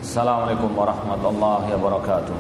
Assalamualaikum warahmatullahi wabarakatuh.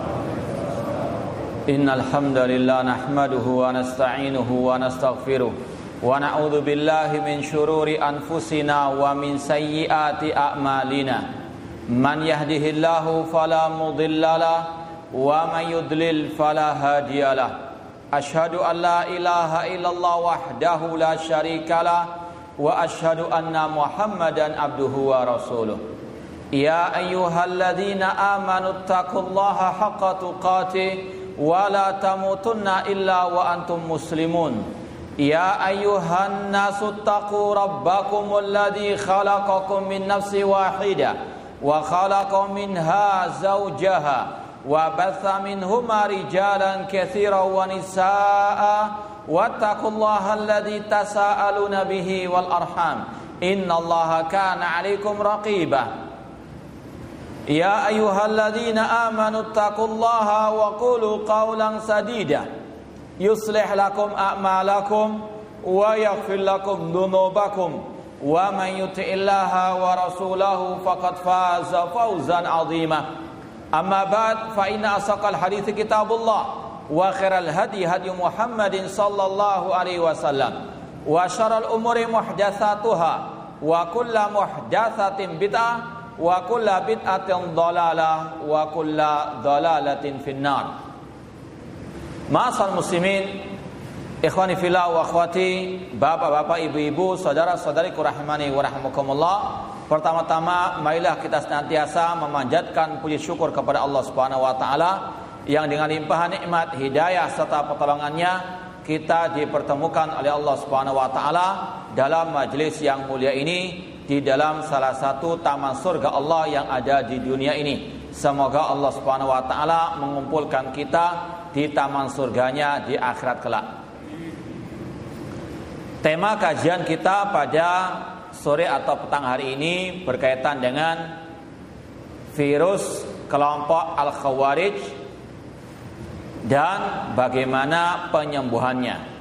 Innal hamdalillah nahmaduhu wa nasta'inuhu wa nastaghfiruh wa na'udzu billahi min shururi anfusina wa min sayyiati a'malina. Man yahdihillahu fala mudhillalah wa man yudlil fala hadiyalah. Asyhadu an la ilaha illallah wahdahu la syarikalah wa asyhadu anna Muhammadan abduhu wa rasuluh. Ya ayyuhalladzina amanu taqullaha haqqa tuqatih wa la tamutunna illa wa antum muslimun. Ya ayyuhan nasu taqu rabbakumul ladzi khalaqakum min nafsin wahidah wa khalaqa minha zawjaha wa batha minhuma rijalan katsiran wa nisaa'a wattaqullaha alladzi tasaaluna bihi wal arham innallaha kana 'alaikum raqibah. Ya ayyuhalladzina amanu taqullaha wa qulu qawlan sadida yuslih lakum a'malakum wa yaghfir lakum dhunubakum wa man yuti'illaha wa rasulahu faqad faza fawzan 'azima. Amma ba'd, fa inna asaqal hadithi kitabullah wa khairal hadi hadi Muhammadin sallallahu alaihi wasallam wa syarrul umuri muhdatsatuha wa kullu muhdatsatin bid'ah wa kulla bid'atin dhalalah wa kulla dhalalatin finnar. Ma'asal muslimin, ikhwani fillah wa akhwati, bapak-bapak, ibu-ibu, saudara-saudariku rahimani wa rahimakumullah. Pertama-tama, marilah kita senantiasa memanjatkan puji syukur kepada Allah Subhanahu wa taala yang dengan limpahan nikmat, hidayah serta pertolongannya kita dipertemukan oleh Allah Subhanahu wa taala dalam majelis yang mulia ini, di dalam salah satu taman surga Allah yang ada di dunia ini. Semoga Allah Subhanahu wa taala mengumpulkan kita di taman surganya di akhirat kelak. Tema kajian kita pada sore atau petang hari ini berkaitan dengan virus kelompok Al-Khawarij dan bagaimana penyembuhannya.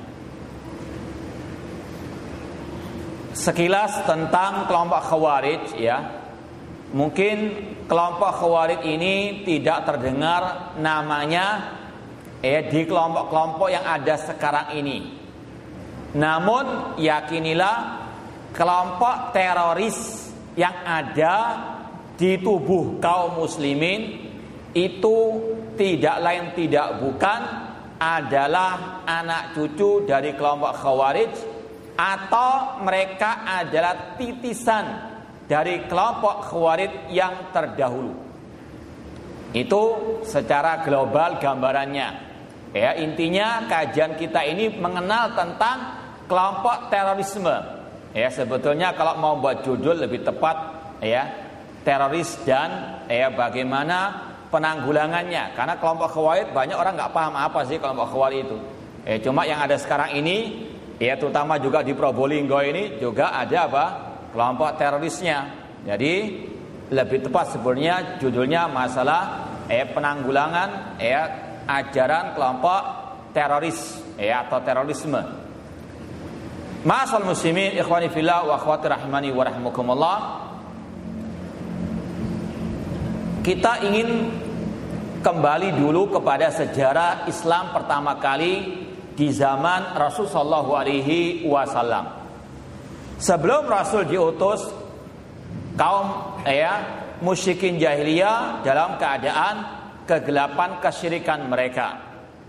Sekilas tentang kelompok Khawarij, ya. Mungkin kelompok Khawarij ini tidak terdengar namanya di kelompok-kelompok yang ada sekarang ini. Namun yakinilah kelompok teroris yang ada di tubuh kaum muslimin itu tidak lain tidak bukan adalah anak cucu dari kelompok Khawarij, atau mereka adalah titisan dari kelompok Khawarij yang terdahulu. Itu secara global gambarannya. Ya, intinya kajian kita ini mengenal tentang kelompok terorisme. Ya, sebetulnya kalau mau buat judul lebih tepat, ya, teroris dan bagaimana penanggulangannya. Karena kelompok Khawarij banyak orang nggak paham apa sih kelompok Khawarij itu. Cuma yang ada sekarang ini, ya, terutama juga di Probolinggo ini juga ada kelompok terorisnya. Jadi lebih tepat sebenarnya judulnya masalah penanggulangan ajaran kelompok teroris atau terorisme. Ma'asal muslimin, ikhwani fillah wa akhwati rahimani wa rahimakumullah. Kita ingin kembali dulu kepada sejarah Islam pertama kali di zaman Rasul sallallahu alaihi wasallam. Sebelum Rasul diutus, kaum musyrikin jahiliyah dalam keadaan kegelapan kesyirikan mereka.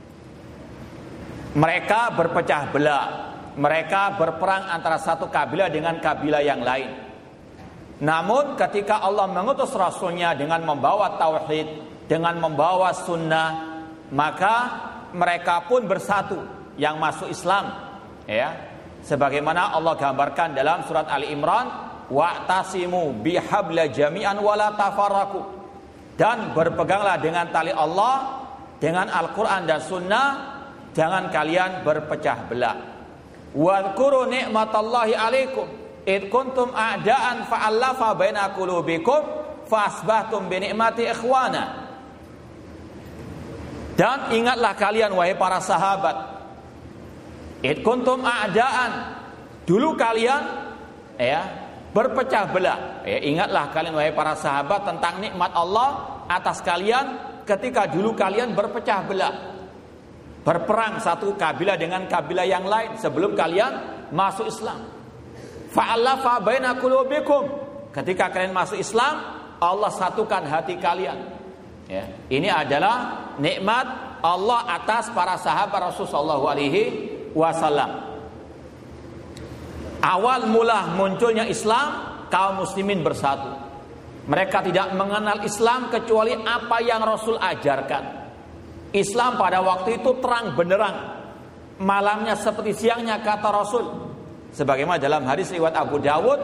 Mereka berpecah belah. Mereka berperang antara satu kabilah dengan kabilah yang lain. Namun ketika Allah mengutus Rasulnya dengan membawa tauhid, dengan membawa sunnah, maka mereka pun bersatu yang masuk Islam, sebagaimana Allah gambarkan dalam surat Ali Imran, wa'tasimu bihabla jami'an wala tafarraqu, dan berpeganglah dengan tali Allah, dengan Al-Quran dan Sunnah, jangan kalian berpecah belah. Wadhkuru ni'matallahi alaikum id kuntum a'da'an fa'allafa baina qulubikum fa'asbahtum bi ni'mati ikhwana. Dan ingatlah kalian wahai para sahabat, id kuntum a'da'an, dulu kalian berpecah belah. Ingatlah kalian wahai para sahabat tentang nikmat Allah atas kalian ketika dulu kalian berpecah belah, berperang satu kabilah dengan kabilah yang lain sebelum kalian masuk Islam. Fa'alafa baina qulubikum, ketika kalian masuk Islam Allah satukan hati kalian. Ya, ini adalah nikmat Allah atas para sahabat Rasulullah SAW. Awal mula munculnya Islam, kaum muslimin bersatu. Mereka tidak mengenal Islam kecuali apa yang Rasul ajarkan. Islam pada waktu itu terang benderang, malamnya seperti siangnya, kata Rasul. Sebagaimana dalam hadis riwayat Abu Dawud,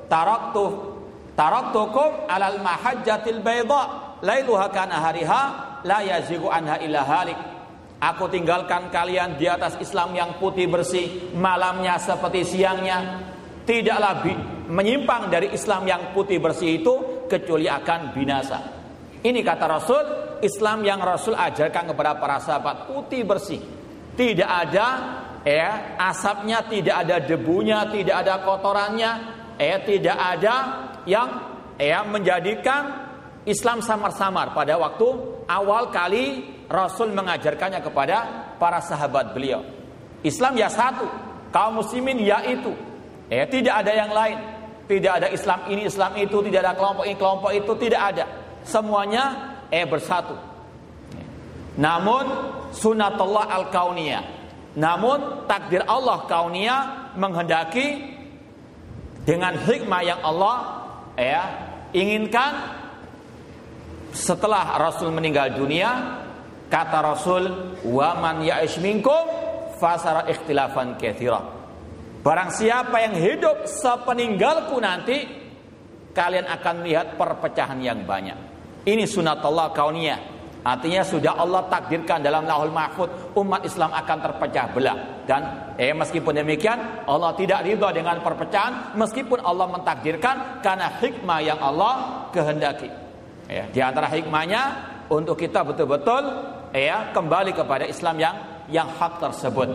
taraktukum alal mahajjatil bayda lailuha kanahariha la yazigu anha illa halik. Aku tinggalkan kalian di atas Islam yang putih bersih, malamnya seperti siangnya. Tidaklah menyimpang dari Islam yang putih bersih itu kecuali akan binasa. Ini kata Rasul, Islam yang Rasul ajarkan kepada para sahabat putih bersih. Tidak ada asapnya, tidak ada debunya, tidak ada kotorannya, tidak ada yang menjadikan Islam samar-samar pada waktu awal kali Rasul mengajarkannya kepada para sahabat beliau. Islam ya satu, kaum muslimin yaitu, tidak ada yang lain. Tidak ada Islam ini, Islam itu, tidak ada kelompok ini, kelompok itu, tidak ada. Semuanya bersatu. Namun sunatullah al-kauniyah, namun takdir Allah kauniyah menghendaki dengan hikmah yang Allah inginkan. Setelah Rasul meninggal dunia, kata Rasul, wa man ya'ish minkum fasara ikhtilafan katsira. Barang siapa yang hidup sepeninggalku nanti, kalian akan melihat perpecahan yang banyak. Ini sunatullah kauniyah. Artinya sudah Allah takdirkan dalam Lauhul Mahfuz umat Islam akan terpecah belah. Dan meskipun demikian Allah tidak ridha dengan perpecahan, meskipun Allah mentakdirkan karena hikmah yang Allah kehendaki. Di antara hikmahnya untuk kita betul-betul kembali kepada Islam yang hak tersebut.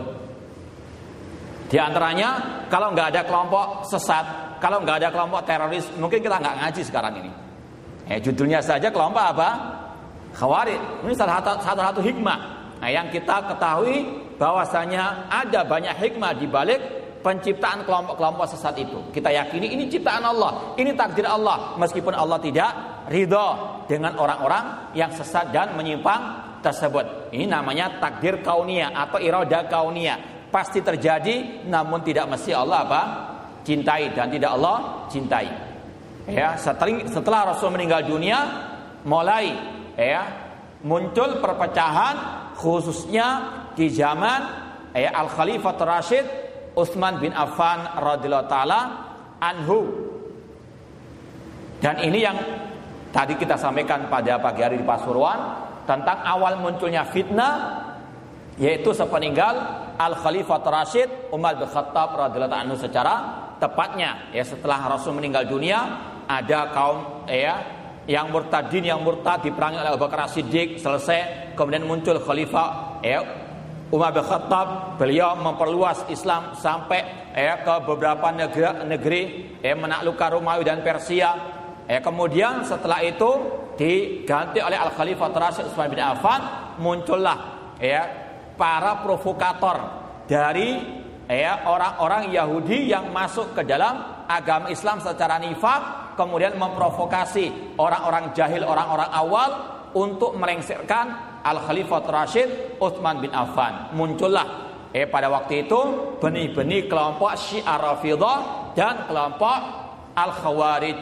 Di antaranya kalau nggak ada kelompok sesat, kalau nggak ada kelompok teroris, mungkin kita nggak ngaji sekarang ini. Judulnya saja kelompok apa? Khawarij. Ini salah satu hikmah. Yang kita ketahui bahwasanya ada banyak hikmah di balik penciptaan kelompok-kelompok sesat itu. Kita yakini ini ciptaan Allah, ini takdir Allah, meskipun Allah tidak ridha dengan orang-orang yang sesat dan menyimpang tersebut. Ini namanya takdir kauniyah atau iradah kauniyah. Pasti terjadi, namun tidak mesti Allah cintai dan tidak Allah cintai. Setelah Rasul meninggal dunia, mulai muncul perpecahan, khususnya di zaman Al-Khalifatul Rasyid Utsman bin Affan radhiyallahu taala anhu. Dan ini yang tadi kita sampaikan pada pagi hari di Pasuruan tentang awal munculnya fitnah, yaitu sepeninggal Al-Khalifatul Rasyid Umar bin Khattab radhiyallahu anhu. Secara tepatnya setelah Rasul meninggal dunia, ada kaum yang murtadin, yang murtad diperangi oleh Abu Bakar As-Siddiq, selesai. Kemudian muncul Khalifah Umar bin Khattab, beliau memperluas Islam sampai ke beberapa negeri, menaklukkan Romawi dan Persia. Kemudian setelah itu diganti oleh Al-Khalifatul Rasyid Utsman bin Affan. Muncullah para provokator dari orang-orang Yahudi yang masuk ke dalam agama Islam secara nifaq, kemudian memprovokasi orang-orang jahil, orang-orang awal untuk melengsarkan Al-Khalifatul Rasyid Utsman bin Affan. Muncullah pada waktu itu benih-benih kelompok Syiah Rafidhah dan kelompok Al-Khawarij.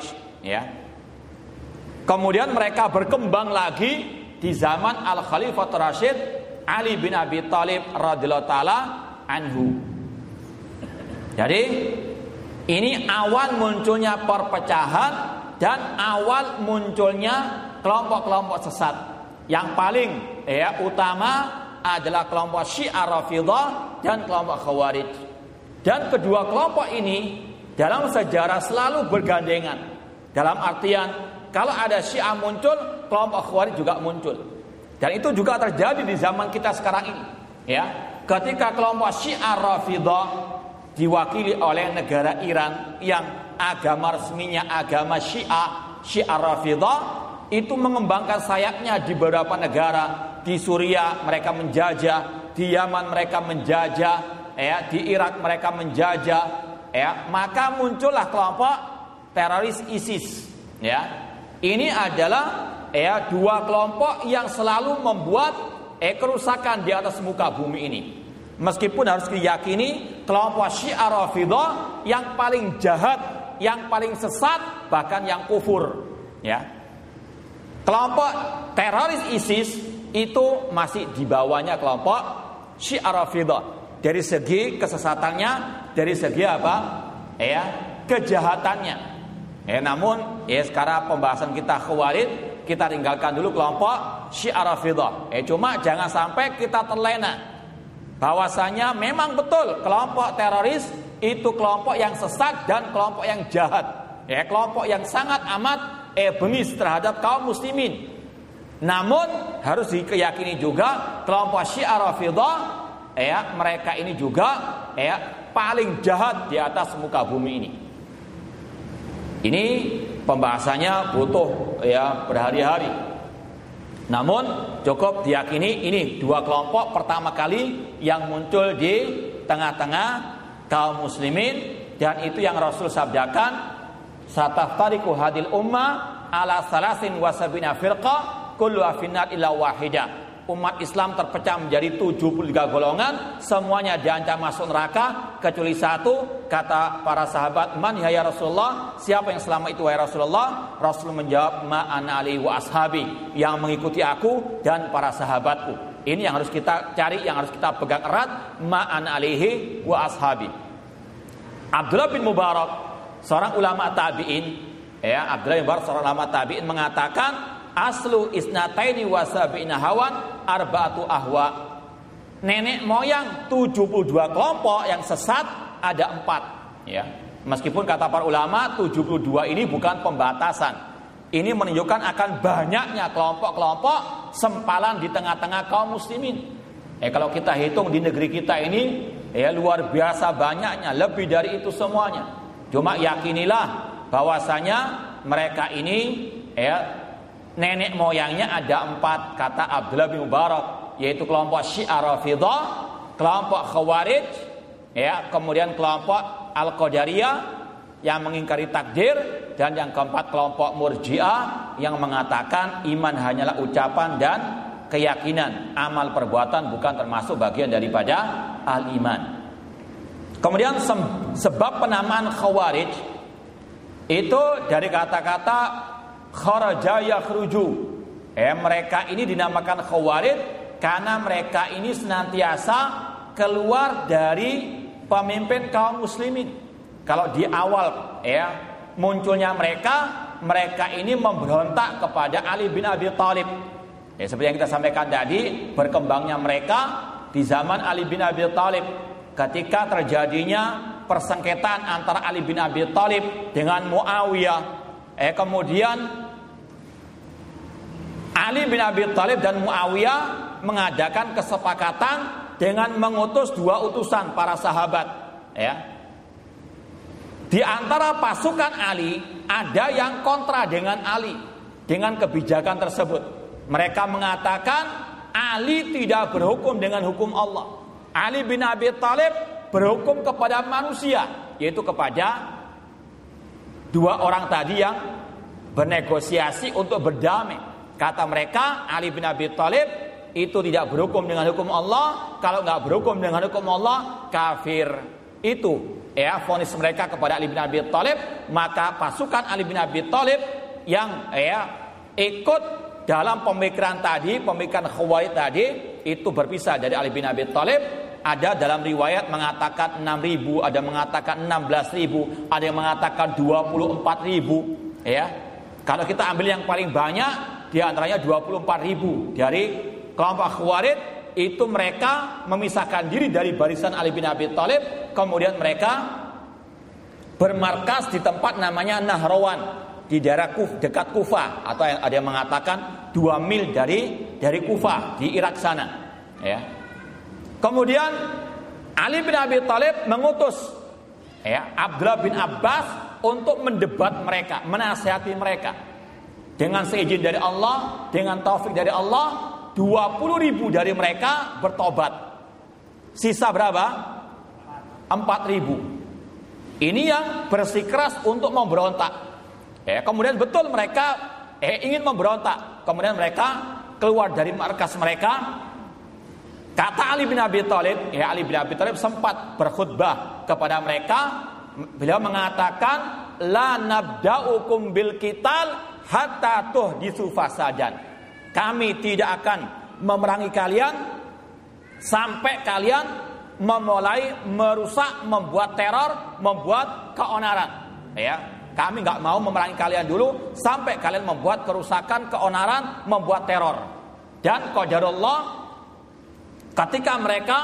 Kemudian mereka berkembang lagi di zaman Al-Khalifatul Rasyid Ali bin Abi Thalib radhiyallahu taala anhu. Jadi ini awal munculnya perpecahan dan awal munculnya kelompok-kelompok sesat. Yang paling utama adalah kelompok Syiah Rafidhah dan kelompok Khawarij. Dan kedua kelompok ini dalam sejarah selalu bergandengan. Dalam artian kalau ada Syiah muncul, kelompok Khawarij juga muncul. Dan itu juga terjadi di zaman kita sekarang ini. Ketika kelompok Syiah Rafidhah diwakili oleh negara Iran yang agama resminya agama Syiah Rafidhah, itu mengembangkan sayapnya di beberapa negara. Di Suriah mereka menjajah, di Yaman mereka menjajah, di Irak mereka menjajah, maka muncullah kelompok teroris ISIS. Ini adalah dua kelompok yang selalu membuat kerusakan di atas muka bumi ini. Meskipun harus diyakini kelompok Syiah Rafidhah yang paling jahat, yang paling sesat, bahkan yang kufur. Kelompok teroris ISIS itu masih di bawahnya kelompok Syiah Rafidhah dari segi kesesatannya, dari segi apa? Kejahatannya. Namun sekarang pembahasan kita Khawarij, kita tinggalkan dulu kelompok Syiah Rafidhah. Cuma jangan sampai kita terlena bahwasanya memang betul kelompok teroris itu kelompok yang sesat dan kelompok yang jahat, kelompok yang sangat amat bengis terhadap kaum muslimin. Namun harus diyakini juga kelompok Syiah Rafidhah, mereka ini juga paling jahat di atas muka bumi ini. Ini pembahasannya butuh berhari-hari. Namun cukup diyakini ini dua kelompok pertama kali yang muncul di tengah-tengah kaum muslimin, dan itu yang Rasul sabdakan, sataftariqu hadil ummah ala salasin wa sabina firqah kulluha finnar illa wahidah. Umat Islam terpecah menjadi 73 golongan, semuanya diancam masuk neraka kecuali satu. Kata para sahabat, man ya Rasulullah, siapa yang selama itu wahai Rasulullah? Rasul menjawab, ma ana alaihi wa ashabi, yang mengikuti aku dan para sahabatku. Ini yang harus kita cari, yang harus kita pegang erat, ma ana alaihi wa ashabi. Abdullah bin Mubarak, seorang ulama tabi'in, Abdullah bin Mubarak seorang ulama tabi'in mengatakan, aslu isnataini wa sab'ina hawan arba'atu ahwa. Nenek moyang 72 kelompok yang sesat ada 4. Meskipun kata para ulama 72 ini bukan pembatasan. Ini menunjukkan akan banyaknya kelompok-kelompok sempalan di tengah-tengah kaum muslimin. Kalau kita hitung di negeri kita ini luar biasa banyaknya, lebih dari itu semuanya. Cuma yakinilah bahwasanya mereka ini nenek moyangnya ada 4, kata Abdullah bin Mubarak, yaitu kelompok Syiah Rafidhah, kelompok Khawarij, kemudian kelompok Al-Qadariyah yang mengingkari takdir, dan yang keempat kelompok Murji'ah yang mengatakan iman hanyalah ucapan dan keyakinan, amal perbuatan bukan termasuk bagian daripada al-iman. Kemudian sebab penamaan Khawarij itu dari kata-kata kharaja yakhruju. Mereka ini dinamakan Khawarij karena mereka ini senantiasa keluar dari pemimpin kaum muslimin. Kalau di awal munculnya mereka ini memberontak kepada Ali bin Abi Thalib. Seperti yang kita sampaikan tadi, berkembangnya mereka di zaman Ali bin Abi Thalib ketika terjadinya persengketaan antara Ali bin Abi Thalib dengan Muawiyah. Kemudian Ali bin Abi Thalib dan Muawiyah mengadakan kesepakatan dengan mengutus 2 utusan para sahabat. Di antara pasukan Ali ada yang kontra dengan Ali dengan kebijakan tersebut. Mereka mengatakan Ali tidak berhukum dengan hukum Allah. Ali bin Abi Thalib berhukum kepada manusia, yaitu kepada 2 orang tadi yang bernegosiasi untuk berdamai. Kata mereka, Ali bin Abi Thalib itu tidak berhukum dengan hukum Allah. Kalau nggak berhukum dengan hukum Allah, kafir. Itu vonis mereka kepada Ali bin Abi Thalib. Maka pasukan Ali bin Abi Thalib yang ikut dalam pemikiran tadi, pemikiran Khawarij tadi, itu berpisah dari Ali bin Abi Thalib. Ada dalam riwayat mengatakan 6.000, ada mengatakan 16.000, ada yang mengatakan 24.000. Kalau kita ambil yang paling banyak, di antaranya 24.000 dari kelompok Khawarij. Itu mereka memisahkan diri dari barisan Ali bin Abi Thalib. Kemudian mereka bermarkas di tempat namanya Nahrawan, di daerah dekat Kufah, atau ada yang mengatakan 2 mil dari Kufah di Irak sana. Kemudian Ali bin Abi Thalib mengutus Abdullah bin Abbas untuk mendebat mereka, menasihati mereka. Dengan seizin dari Allah, dengan taufik dari Allah, 20.000 dari mereka bertobat. Sisa berapa? 4.000. Ini yang bersikeras untuk memberontak. Kemudian betul mereka ingin memberontak. Kemudian mereka keluar dari markas mereka. Kata Ali bin Abi Thalib, Ali bin Abi Thalib sempat berkhutbah kepada mereka. Beliau mengatakan, la nabda'ukum bil qital hatta tuhditsu fasadan. Kami tidak akan memerangi kalian sampai kalian memulai merusak, membuat teror, membuat keonaran. Kami nggak mau memerangi kalian dulu sampai kalian membuat kerusakan, keonaran, membuat teror. Dan qadarullah, ketika mereka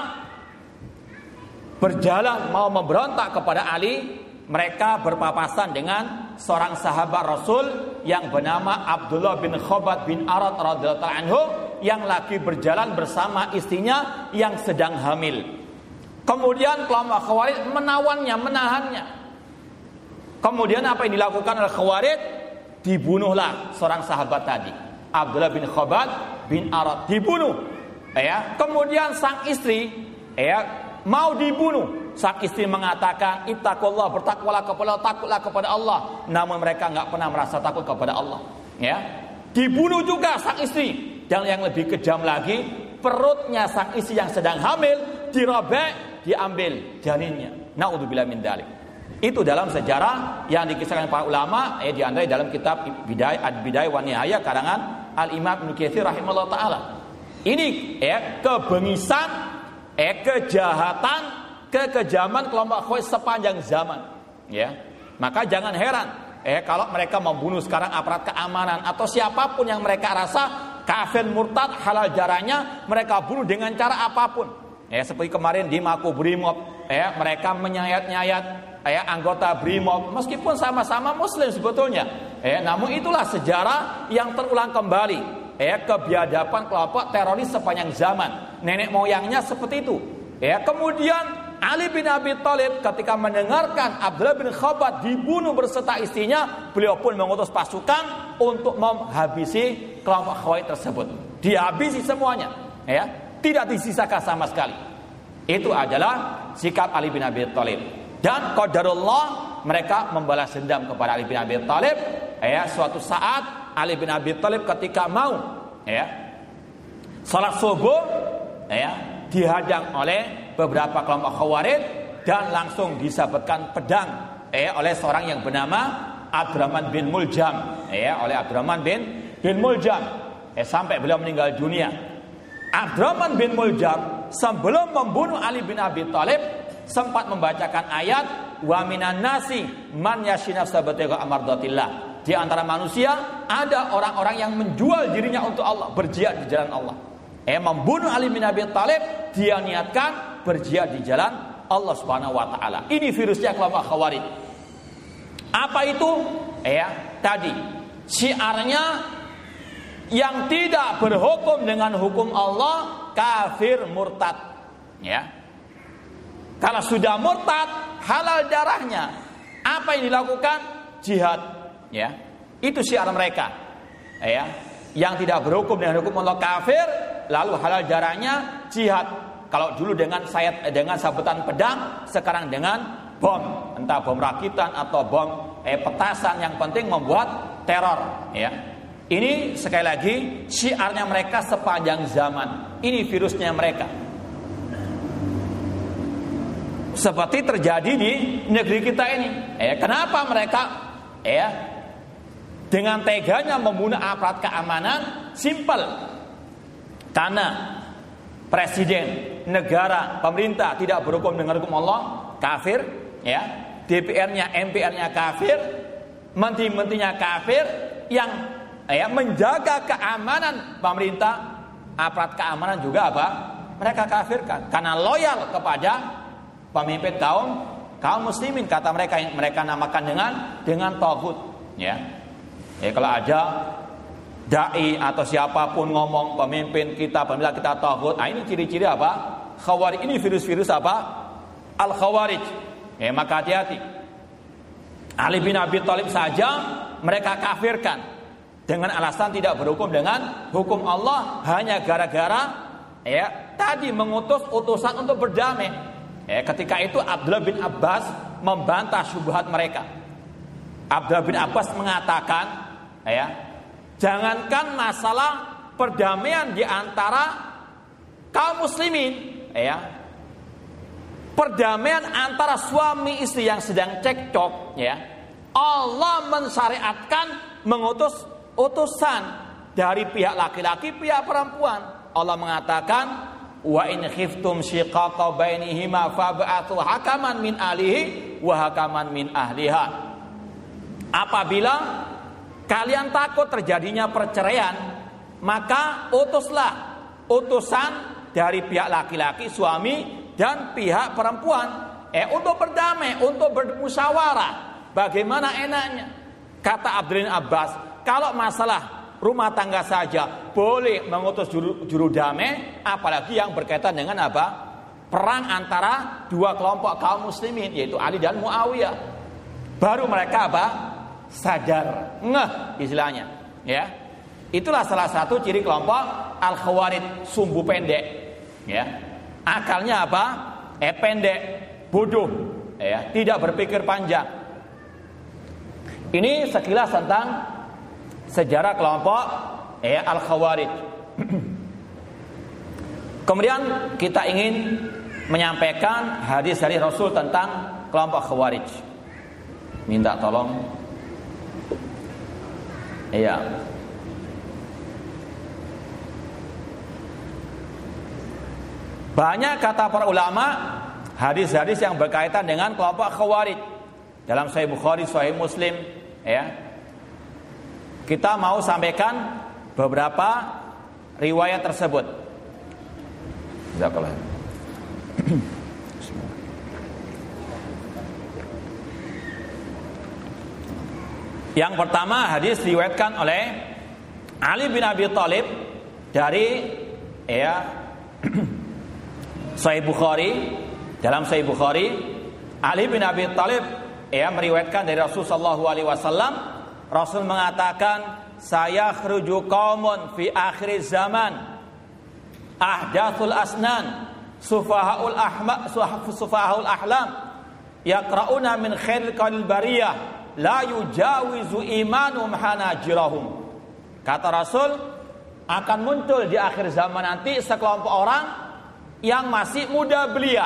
berjalan mau memberontak kepada Ali, mereka berpapasan dengan seorang sahabat Rasul yang bernama Abdullah bin Khabbab bin Arad radhiyallahu anhu, yang lagi berjalan bersama istrinya yang sedang hamil. Kemudian kelompok Khawarij menawannya, menahannya. Kemudian apa yang dilakukan oleh Khawarij? Dibunuhlah seorang sahabat tadi, Abdullah bin Khabbab bin Arad, dibunuh. Kemudian sang istri mau dibunuh. Sang istri mengatakan, ittaqullah, bertakwalah kepada Allah, takutlah kepada Allah. Namun mereka enggak pernah merasa takut kepada Allah. Dibunuh juga sang istri. Dan yang lebih kejam lagi, perutnya sang istri yang sedang hamil dirobek, diambil janinnya. Naudzubillah min dzalik. Itu dalam sejarah yang dikisahkan para ulama, di antara dalam kitab Bidayah wa Nihayah karangan Al-Imam Ibnu Katsir rahimahullah taala. Ini kebengisan, kejahatan, kekejaman kelompok Khawarij sepanjang zaman. Maka jangan heran kalau mereka membunuh sekarang aparat keamanan atau siapapun yang mereka rasa kafir murtad, halal darahnya mereka bunuh dengan cara apapun. Seperti kemarin di Makobrimob, mereka menyayat-nyayat anggota Brimob meskipun sama-sama muslim sebetulnya. Namun itulah sejarah yang terulang kembali. Kebiadaban kelompok teroris sepanjang zaman. Nenek moyangnya seperti itu. Kemudian Ali bin Abi Thalib ketika mendengarkan Abdullah bin Khabbab dibunuh berserta istrinya, beliau pun mengutus pasukan untuk menghabisi kelompok Khawarij tersebut. Dihabisi semuanya, tidak disisakan sama sekali. Itu adalah sikap Ali bin Abi Thalib. Dan qadarullah, mereka membalas dendam kepada Ali bin Abi Thalib. Suatu saat Ali bin Abi Thalib ketika mau salat subuh, dihadang oleh beberapa kelompok Khawarij dan langsung disabetkan pedang oleh seorang yang bernama Abdurrahman bin Muljam, oleh Abdurrahman bin Muljam, sampai beliau meninggal dunia. Abdurrahman bin Muljam sebelum membunuh Ali bin Abi Thalib sempat membacakan ayat wa minan nasi man yashinaf sabatega amardatillah. Di antara manusia ada orang-orang yang menjual dirinya untuk Allah, berjihad di jalan Allah. Membunuh Ali bin Abi Thalib, dia niatkan berjihad di jalan Allah Subhanahu wa taala. Ini virusnya kelompok Khawarij. Apa itu? Tadi syiarnya yang tidak berhukum dengan hukum Allah kafir murtad. Kalau sudah murtad, halal darahnya. Apa yang dilakukan? Jihad. Itu syiar mereka. Yang tidak berhukum dengan hukum Allah kafir, lalu halal darahnya jihad. Kalau dulu dengan sabetan pedang, sekarang dengan bom, entah bom rakitan atau bom petasan, yang penting membuat teror. Ini sekali lagi syiarnya mereka sepanjang zaman. Ini virusnya mereka. Seperti terjadi di negeri kita ini. Kenapa mereka dengan teganya membunuh aparat keamanan? Simpel. Karena presiden, negara, pemerintah tidak berhukum dengan hukum Allah, kafir, DPR-nya, MPR-nya kafir, menteri-menterinya kafir, yang menjaga keamanan pemerintah, aparat keamanan juga apa? Mereka kafirkan karena loyal kepada pemimpin kaum muslimin, kata mereka yang mereka namakan dengan taghut. Kalau ada dai atau siapapun ngomong pemimpin kita, pemimpin kita taghut, ini ciri-ciri apa? Khawarij. Ini virus-virus apa? Al-Khawarij. Maka hati-hati. Ali bin Abi Thalib saja mereka kafirkan dengan alasan tidak berhukum dengan hukum Allah hanya gara-gara tadi mengutus utusan untuk berdamai. Ketika itu Abdullah bin Abbas membantah syubhat mereka. Abdullah bin Abbas mengatakan, jangankan masalah perdamaian di antara kaum muslimin, perdamaian antara suami istri yang sedang cekcok, Allah mensyariatkan mengutus utusan dari pihak laki-laki, pihak perempuan. Allah mengatakan, wa in khiftum shiqaqa bainihima fab'athu hakaman min ahlihi wa hakaman min ahliha. Apabila kalian takut terjadinya perceraian, maka utuslah utusan dari pihak laki-laki, suami dan pihak perempuan untuk berdamai, untuk bermusyawarah. Bagaimana enaknya? Kata Abdullah bin Abbas, kalau masalah rumah tangga saja boleh mengutus juru damai, apalagi yang berkaitan dengan apa? Perang antara dua kelompok kaum muslimin, yaitu Ali dan Muawiyah. Baru mereka apa? Sadar, ngeh istilahnya, Itulah salah satu ciri kelompok Al-Khawarij, sumbu pendek, Akalnya apa? Pendek, bodoh, tidak berpikir panjang. Ini sekilas tentang sejarah kelompok Al-Khawarij. Kemudian kita ingin menyampaikan hadis dari Rasul tentang kelompok Khawarij. Minta tolong. Banyak kata para ulama hadis-hadis yang berkaitan dengan kelompok Khawarij dalam Sahih Bukhari, Sahih Muslim, Kita mau sampaikan beberapa riwayat tersebut. Jazakallah. Yang pertama hadis diriwayatkan oleh Ali bin Abi Thalib dari Sahih Bukhari. Dalam Sahih Bukhari, Ali bin Abi Thalib meriwayatkan dari Rasul sallallahu alaihi wasallam, Rasul mengatakan, saya khruju qaumun fi akhir zaman ahdathul asnan sufahaul ahlam yaqrauna min khairil qalil bariyah la yujawizu imanum hanajirahum. Kata Rasul, akan muncul di akhir zaman nanti sekelompok orang yang masih muda belia,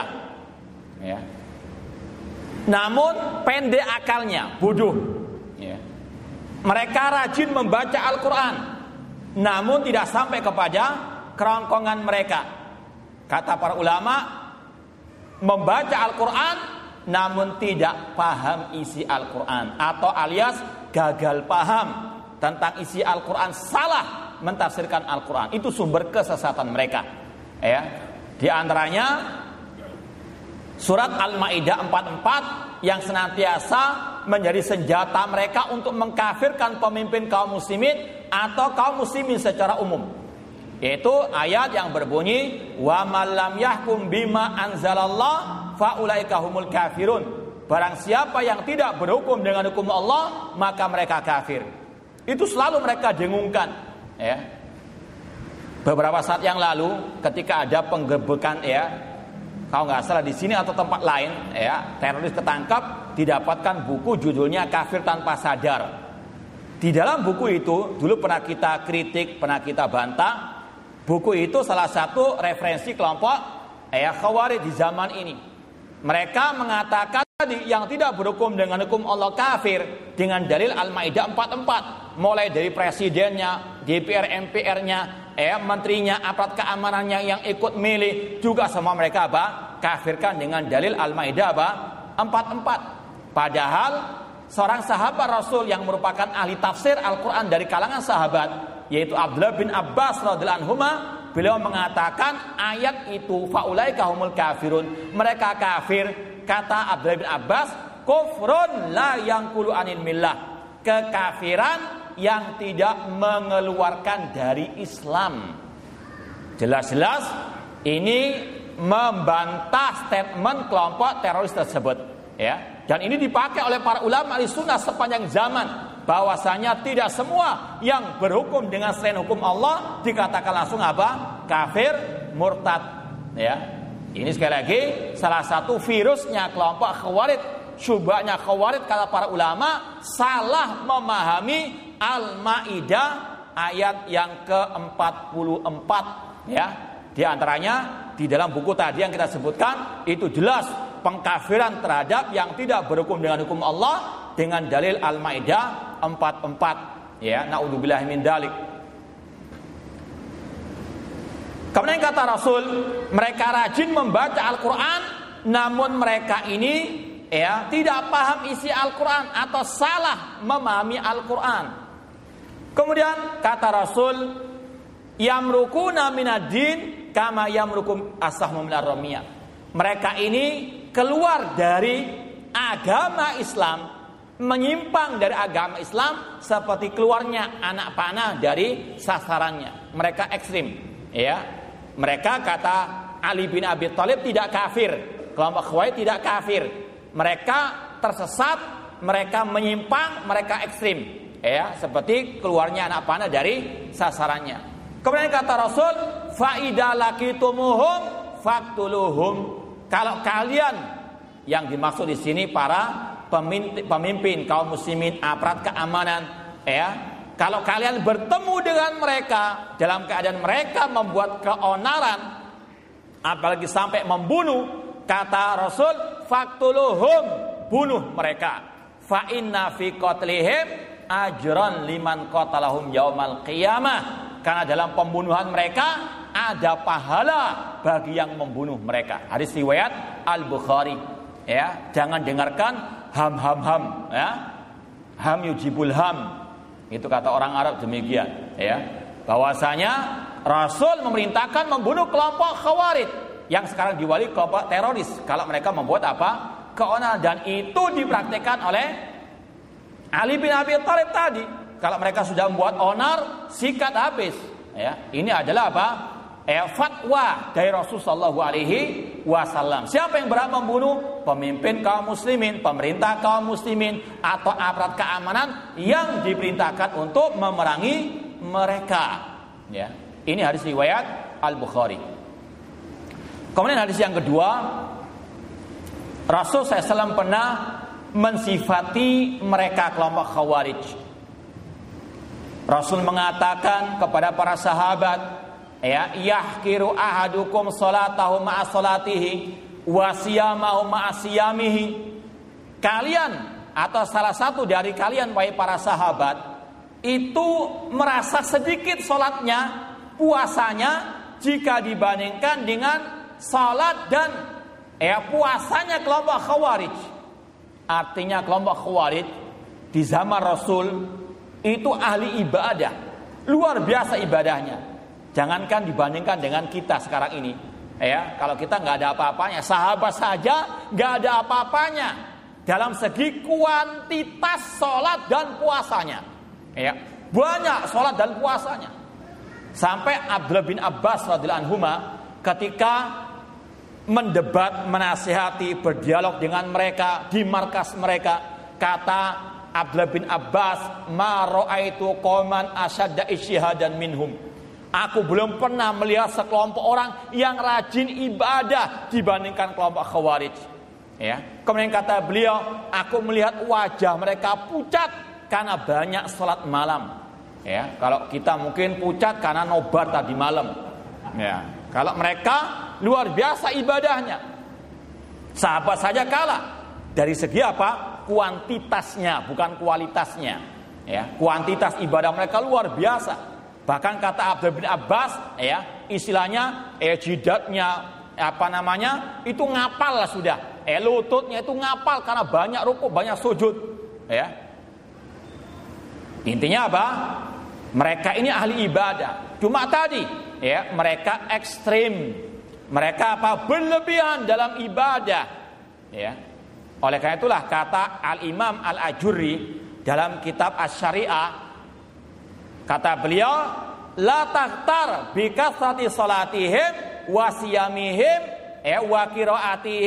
namun pendek akalnya, bodoh. Mereka rajin membaca Al-Quran, namun tidak sampai kepada kerongkongan mereka. Kata para ulama, membaca Al-Quran namun tidak paham isi Al-Quran, atau alias gagal paham tentang isi Al-Quran, salah mentafsirkan Al-Quran. Itu sumber kesesatan mereka. Di antaranya surat Al-Maidah 44 yang senantiasa menjadi senjata mereka untuk mengkafirkan pemimpin kaum muslimin atau kaum muslimin secara umum, yaitu ayat yang berbunyi wa man lam yahkum bima anzalallah faulaika humul kafirun. Barang siapa yang tidak berhukum dengan hukum Allah, maka mereka kafir. Itu selalu mereka dengungkan. Beberapa saat yang lalu ketika ada penggerebekan, kalau nggak salah di sini atau tempat lain, teroris ketangkap, didapatkan buku judulnya Kafir Tanpa Sadar. Di dalam buku itu dulu pernah kita kritik, pernah kita bantah. Buku itu salah satu referensi kelompok Khawarij di zaman ini. Mereka mengatakan yang tidak berhukum dengan hukum Allah kafir dengan dalil Al-Maidah 44, mulai dari presidennya, DPR, MPR-nya, menterinya, aparat keamanannya yang ikut milih, juga semua mereka kafirkan dengan dalil Al-Maidah 44. Padahal seorang sahabat Rasul yang merupakan ahli tafsir Al-Quran dari kalangan sahabat, yaitu Abdullah bin Abbas radhiyallahu anhuma, beliau mengatakan ayat itu faulaika humul kafirun, mereka kafir. Kata Abdullah bin Abbas, kufrun la yanqulu anil millah, kekafiran yang tidak mengeluarkan dari Islam. Jelas-jelas ini membantah statement kelompok teroris tersebut. Ya, dan ini dipakai oleh para ulama Ahlussunnah sepanjang zaman, bahwasanya tidak semua yang berhukum dengan selain hukum Allah dikatakan langsung apa? Kafir, murtad. Ya. Ini sekali lagi salah satu virusnya kelompok Khawarij. Syubhanya Khawarij kata para ulama salah memahami Al-Maidah ayat yang ke-44, ya. Di antaranya di dalam buku tadi yang kita sebutkan itu jelas pengkafiran terhadap yang tidak berhukum dengan hukum Allah dengan dalil Al-Maidah 44, ya. Naudzubillahi min dzalik. Kemudian kata Rasul, mereka rajin membaca Al-Qur'an namun mereka ini, ya, tidak paham isi Al-Qur'an atau salah memahami Al-Qur'an. Kemudian kata Rasul, yamrukuna minad-din kama yamrukum as-sahmu minar ramiyah. Mereka ini keluar dari agama Islam, menyimpang dari agama Islam seperti keluarnya anak panah dari sasarannya. Mereka ekstrim, ya. Mereka kata Ali bin Abi Thalib tidak kafir, kelompok Khawarij tidak kafir. Mereka tersesat, mereka menyimpang, mereka ekstrim, ya, seperti keluarnya anak panah dari sasarannya. Kemudian kata Rasul, fa idza laqitumuhum faqtuluhum. Kalau kalian, yang dimaksud di sini para pemimpin kaum muslimin, aparat keamanan, ya, kalau kalian bertemu dengan mereka dalam keadaan mereka membuat keonaran, apalagi sampai membunuh, kata Rasul, faqtuluhum, bunuh mereka. Fa inna fi qatlihim ajran liman qatalahum yaumal qiyamah. Karena dalam pembunuhan mereka ada pahala bagi yang membunuh mereka. Hadis riwayat Al-Bukhari. Ya, jangan dengarkan ham, ya. Ham yujibul ham. Itu kata orang Arab demikian, ya. Bahwasanya Rasul memerintahkan membunuh kelompok Khawarij yang sekarang diwali kelompok teroris kalau mereka membuat apa? Keonaran, dan itu dipraktikkan oleh Ali bin Abi Thalib tadi. Kalau mereka sudah membuat onar, sikat habis. Ya, ini adalah apa? Fatwa dari Rasulullah SAW. Siapa yang berhak membunuh? Pemimpin kaum muslimin, pemerintah kaum muslimin, atau aparat keamanan yang diperintahkan untuk memerangi mereka. Ya, ini hadis riwayat Al-Bukhari. Kemudian hadis yang kedua, Rasul SAW pernah mensifati mereka kelompok Khawarij. Rasul mengatakan kepada para sahabat, ya, yahkiru ahadukum salatahu ma'a salatihi wa siyamahu ma'a siyamihi. Kalian atau salah satu dari kalian, wahai para sahabat, itu merasa sedikit salatnya, puasanya jika dibandingkan dengan salat dan puasanya kelompok Khawarij. Artinya kelompok Khawarij di zaman Rasul itu ahli ibadah, luar biasa ibadahnya. Jangankan dibandingkan dengan kita sekarang ini, ya. Kalau kita nggak ada apa-apanya, sahabat saja nggak ada apa-apanya dalam segi kuantitas sholat dan puasanya, ya. Banyak sholat dan puasanya. Sampai Abdullah bin Abbas radhiyallahu anhuma ketika mendebat, menasihati, berdialog dengan mereka di markas mereka, kata Abdullah bin Abbas, ma ra'aitu qauman asyadda ijtihadan minhum. Aku belum pernah melihat sekelompok orang yang rajin ibadah dibandingkan kelompok Khawarij. Ya. Kemudian kata beliau, aku melihat wajah mereka pucat karena banyak salat malam. Ya, kalau kita mungkin pucat karena nobar tadi malam. Ya, kalau mereka luar biasa ibadahnya. Sahabat saja kalah dari segi apa? Kuantitasnya, bukan kualitasnya. Ya, kuantitas ibadah mereka luar biasa. Bahkan kata Abdullah bin Abbas, ya, istilahnya jidatnya itu ngapal lah sudah. Lututnya itu ngapal karena banyak rukuk, banyak sujud. Ya. Intinya apa? Mereka ini ahli ibadah. Cuma tadi, ya, mereka ekstrim. Mereka apa? Berlebihan dalam ibadah. Ya. Oleh karena itulah kata Al-Imam Al-Ajurri dalam kitab Asy-Syari'ah, kata beliau, la takhtar bi kasrati salatihim wa siyamihim wa qiraatihim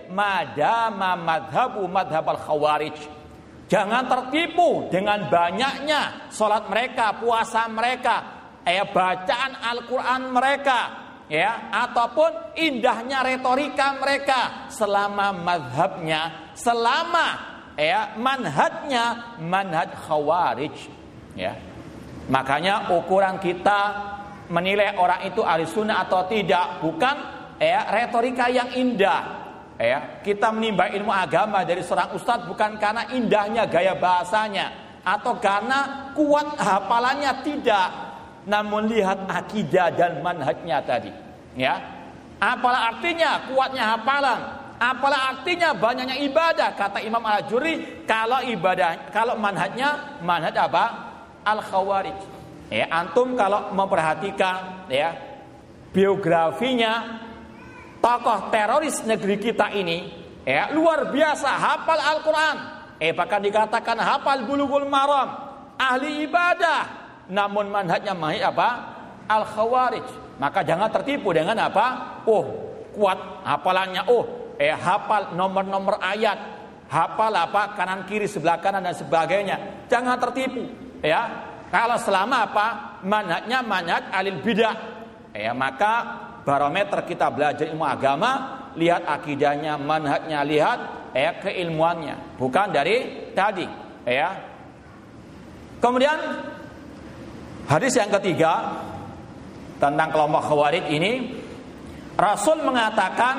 madama madhabal khawarij. Jangan tertipu dengan banyaknya salat mereka, puasa mereka, bacaan Al-Qur'an mereka, ataupun indahnya retorika mereka selama mazhabnya, selama manhajnya manhaj khawarij, Makanya ukuran kita menilai orang itu ahli sunnah atau tidak bukan retorika yang indah. Kita menimba ilmu agama dari seorang ustadz bukan karena indahnya gaya bahasanya atau karena kuat hafalannya, tidak, namun lihat akidah dan manhajnya tadi. Apalah artinya kuatnya hafalan? Apalah artinya banyaknya ibadah? Kata Imam Al-Ajurri, kalau manhajnya manhaj apa? Al-Khawarij. Antum kalau memperhatikan biografinya tokoh teroris negeri kita ini, luar biasa hafal Al-Quran, bahkan dikatakan hafal Bulughul Maram, ahli ibadah, namun manhajnya manhaj apa? Al-Khawarij. Maka jangan tertipu dengan apa? Kuat hafalannya, hafal nomor-nomor ayat, hafal apa kanan kiri sebelah kanan dan sebagainya. Jangan tertipu, Kalau selama apa? Manhajnya manhaj alil bidah, maka barometer kita belajar ilmu agama, lihat akidahnya, manhajnya, lihat keilmuannya, bukan dari tadi, Kemudian hadis yang ketiga tentang kelompok Khawarij ini, Rasul mengatakan,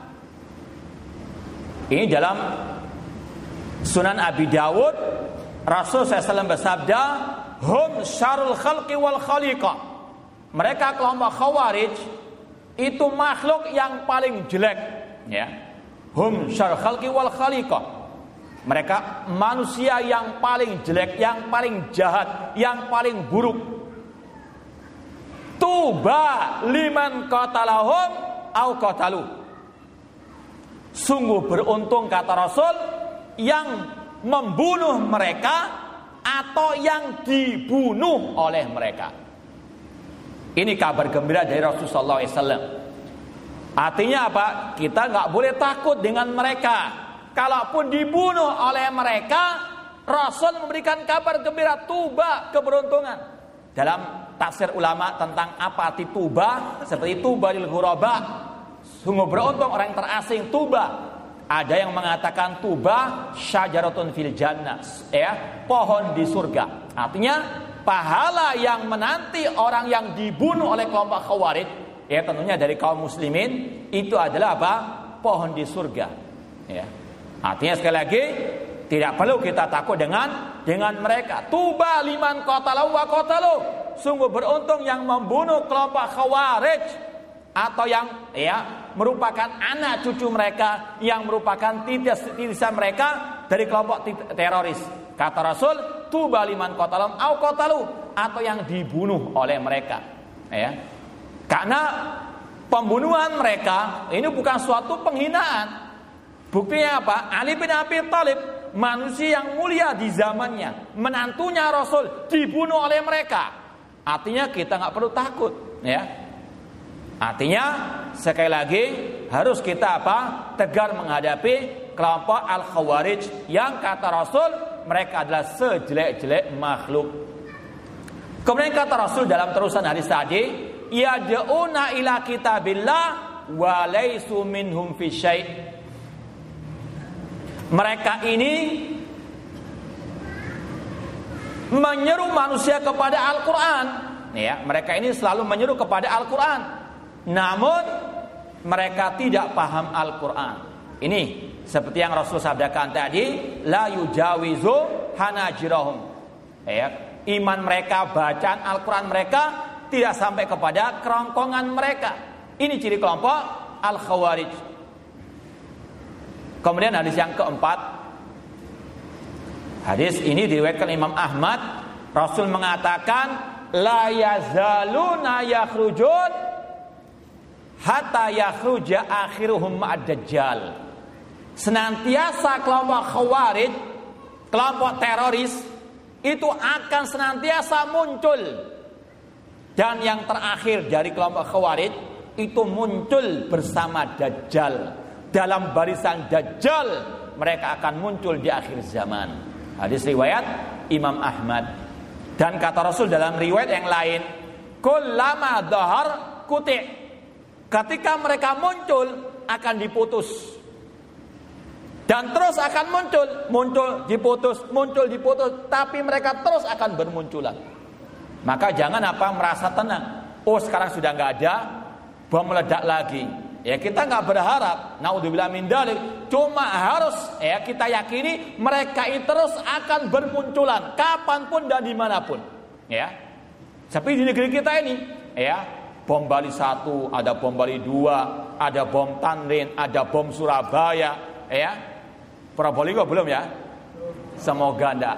ini dalam Sunan Abi Dawud, Rasul SAW bersabda, hum syarul khalqi wal khaliqah. Mereka kelompok Khawarij itu makhluk yang paling jelek, Hum syarul khalqi wal khaliqah. Mereka manusia yang paling jelek, yang paling jahat, yang paling buruk. Tuba liman qatalahum au qatalu. Sungguh beruntung, kata Rasul, yang membunuh mereka atau yang dibunuh oleh mereka. Ini kabar gembira dari Rasulullah SAW. Artinya apa? Kita nggak boleh takut dengan mereka. Kalaupun dibunuh oleh mereka, Rasul memberikan kabar gembira, tuba, keberuntungan. Dalam tafsir ulama tentang apa arti tuba, seperti tuba lil ghuraba, sungguh beruntung orang yang terasing, tuba. Ada yang mengatakan tuba syajaratun fil jannah, pohon di surga. Artinya pahala yang menanti orang yang dibunuh oleh kelompok Khawarij, tentunya dari kaum muslimin, itu adalah apa? Pohon di surga. Artinya sekali lagi, tidak perlu kita takut dengan mereka. Tuba liman qatalu wa qatalu. Sungguh beruntung yang membunuh kelompok Khawarij, atau yang merupakan anak cucu mereka, yang merupakan titisan mereka dari kelompok teroris. Kata Rasul, tuba liman qatalahum au qatalu, atau yang dibunuh oleh mereka. Karena pembunuhan mereka ini bukan suatu penghinaan. Buktinya apa? Ali bin Abi Thalib, manusia yang mulia di zamannya, menantunya Rasul, dibunuh oleh mereka. Artinya kita nggak perlu takut, Artinya sekali lagi harus kita apa? Tegar menghadapi kelompok Al-Khawarij yang kata Rasul mereka adalah sejelek-jelek makhluk. Kemudian kata Rasul dalam terusan hadis tadi, yad'una ila kitabillah wa laysu minhum fi syai'. Mereka ini menyeru manusia kepada Al-Qur'an, mereka ini selalu menyeru kepada Al-Qur'an. Namun mereka tidak paham Al-Quran. Ini seperti yang Rasul sabdakan tadi, la yujawizu hanajirahum. Iman mereka, bacaan Al-Quran mereka tidak sampai kepada kerongkongan mereka. Ini ciri kelompok Al-Khawarij. Kemudian hadis yang keempat, hadis ini diriwayatkan Imam Ahmad. Rasul mengatakan, la yazaluna yakhrujun hatta yakhruja akhiruhum ma'ad dajjal. Senantiasa kelompok Khawarij, kelompok teroris itu akan senantiasa muncul, dan yang terakhir dari kelompok Khawarij itu muncul bersama Dajjal, dalam barisan Dajjal, mereka akan muncul di akhir zaman. Hadis riwayat Imam Ahmad. Dan kata Rasul dalam riwayat yang lain, kullama dhahar kuti', ketika mereka muncul akan diputus. Dan terus akan muncul diputus, tapi mereka terus akan bermunculan. Maka jangan merasa tenang. Oh, sekarang sudah enggak ada, bom meledak lagi. Ya, kita enggak berharap, naudzubillah min dzalik, cuma harus kita yakini mereka itu terus akan bermunculan kapanpun dan dimanapun. Ya. Tapi di negeri kita ini, bom Bali 1, ada bom Bali 2, ada bom Tanrin, ada bom Surabaya, Probolinggo belum ya? Semoga enggak,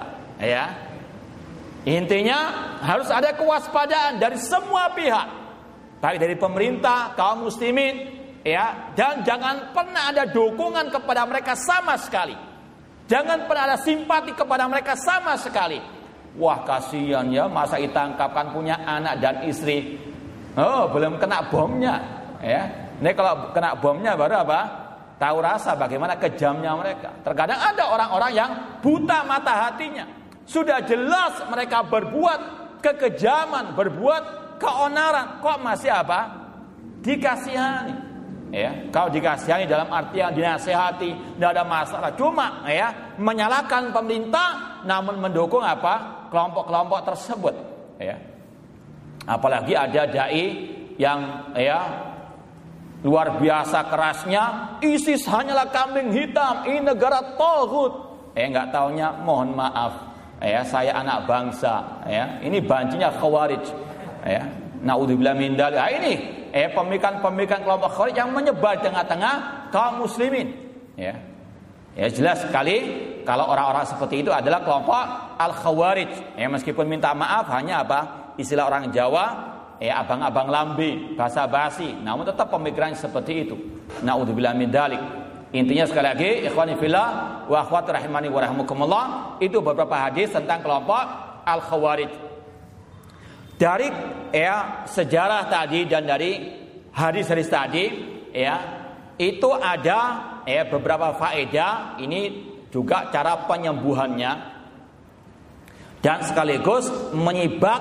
Intinya harus ada kewaspadaan dari semua pihak, baik dari pemerintah, kaum muslimin, dan jangan pernah ada dukungan kepada mereka sama sekali. Jangan pernah ada simpati kepada mereka sama sekali. Wah, kasihan ya, masa ditangkap kan punya anak dan istri. Oh, belum kena bomnya, Ini kalau kena bomnya baru tahu rasa bagaimana kejamnya mereka. Terkadang ada orang-orang yang buta mata hatinya. Sudah jelas mereka berbuat kekejaman, berbuat keonaran, kok masih dikasihani. Kalau dikasihani dalam artian dinasehati, tidak ada masalah. Cuma menyalahkan pemerintah, namun mendukung kelompok-kelompok tersebut. Apalagi ada dai yang luar biasa kerasnya, ISIS hanyalah kambing hitam, ini negara taghut. Nggak taunya, mohon maaf, saya anak bangsa, ini banjinya Khawarij, naudzubillah min dzalik. Ini pemikiran kelompok Khawarij yang menyebar di tengah-tengah kaum muslimin. Jelas sekali kalau orang-orang seperti itu adalah kelompok al-Khawarij. Meskipun minta maaf hanya istilah orang Jawa, abang-abang lambe, basa-basi, namun tetap pemikiran seperti itu. Naudzubillah min dzalik. Intinya sekali lagi, ikhwani fillah wa akhwati rahimani wa rahimakumullah, itu beberapa hadis tentang kelompok al-Khawarij. Dari sejarah tadi dan dari hadis-hadis tadi, itu ada beberapa faedah. Ini juga cara penyembuhannya dan sekaligus menyibak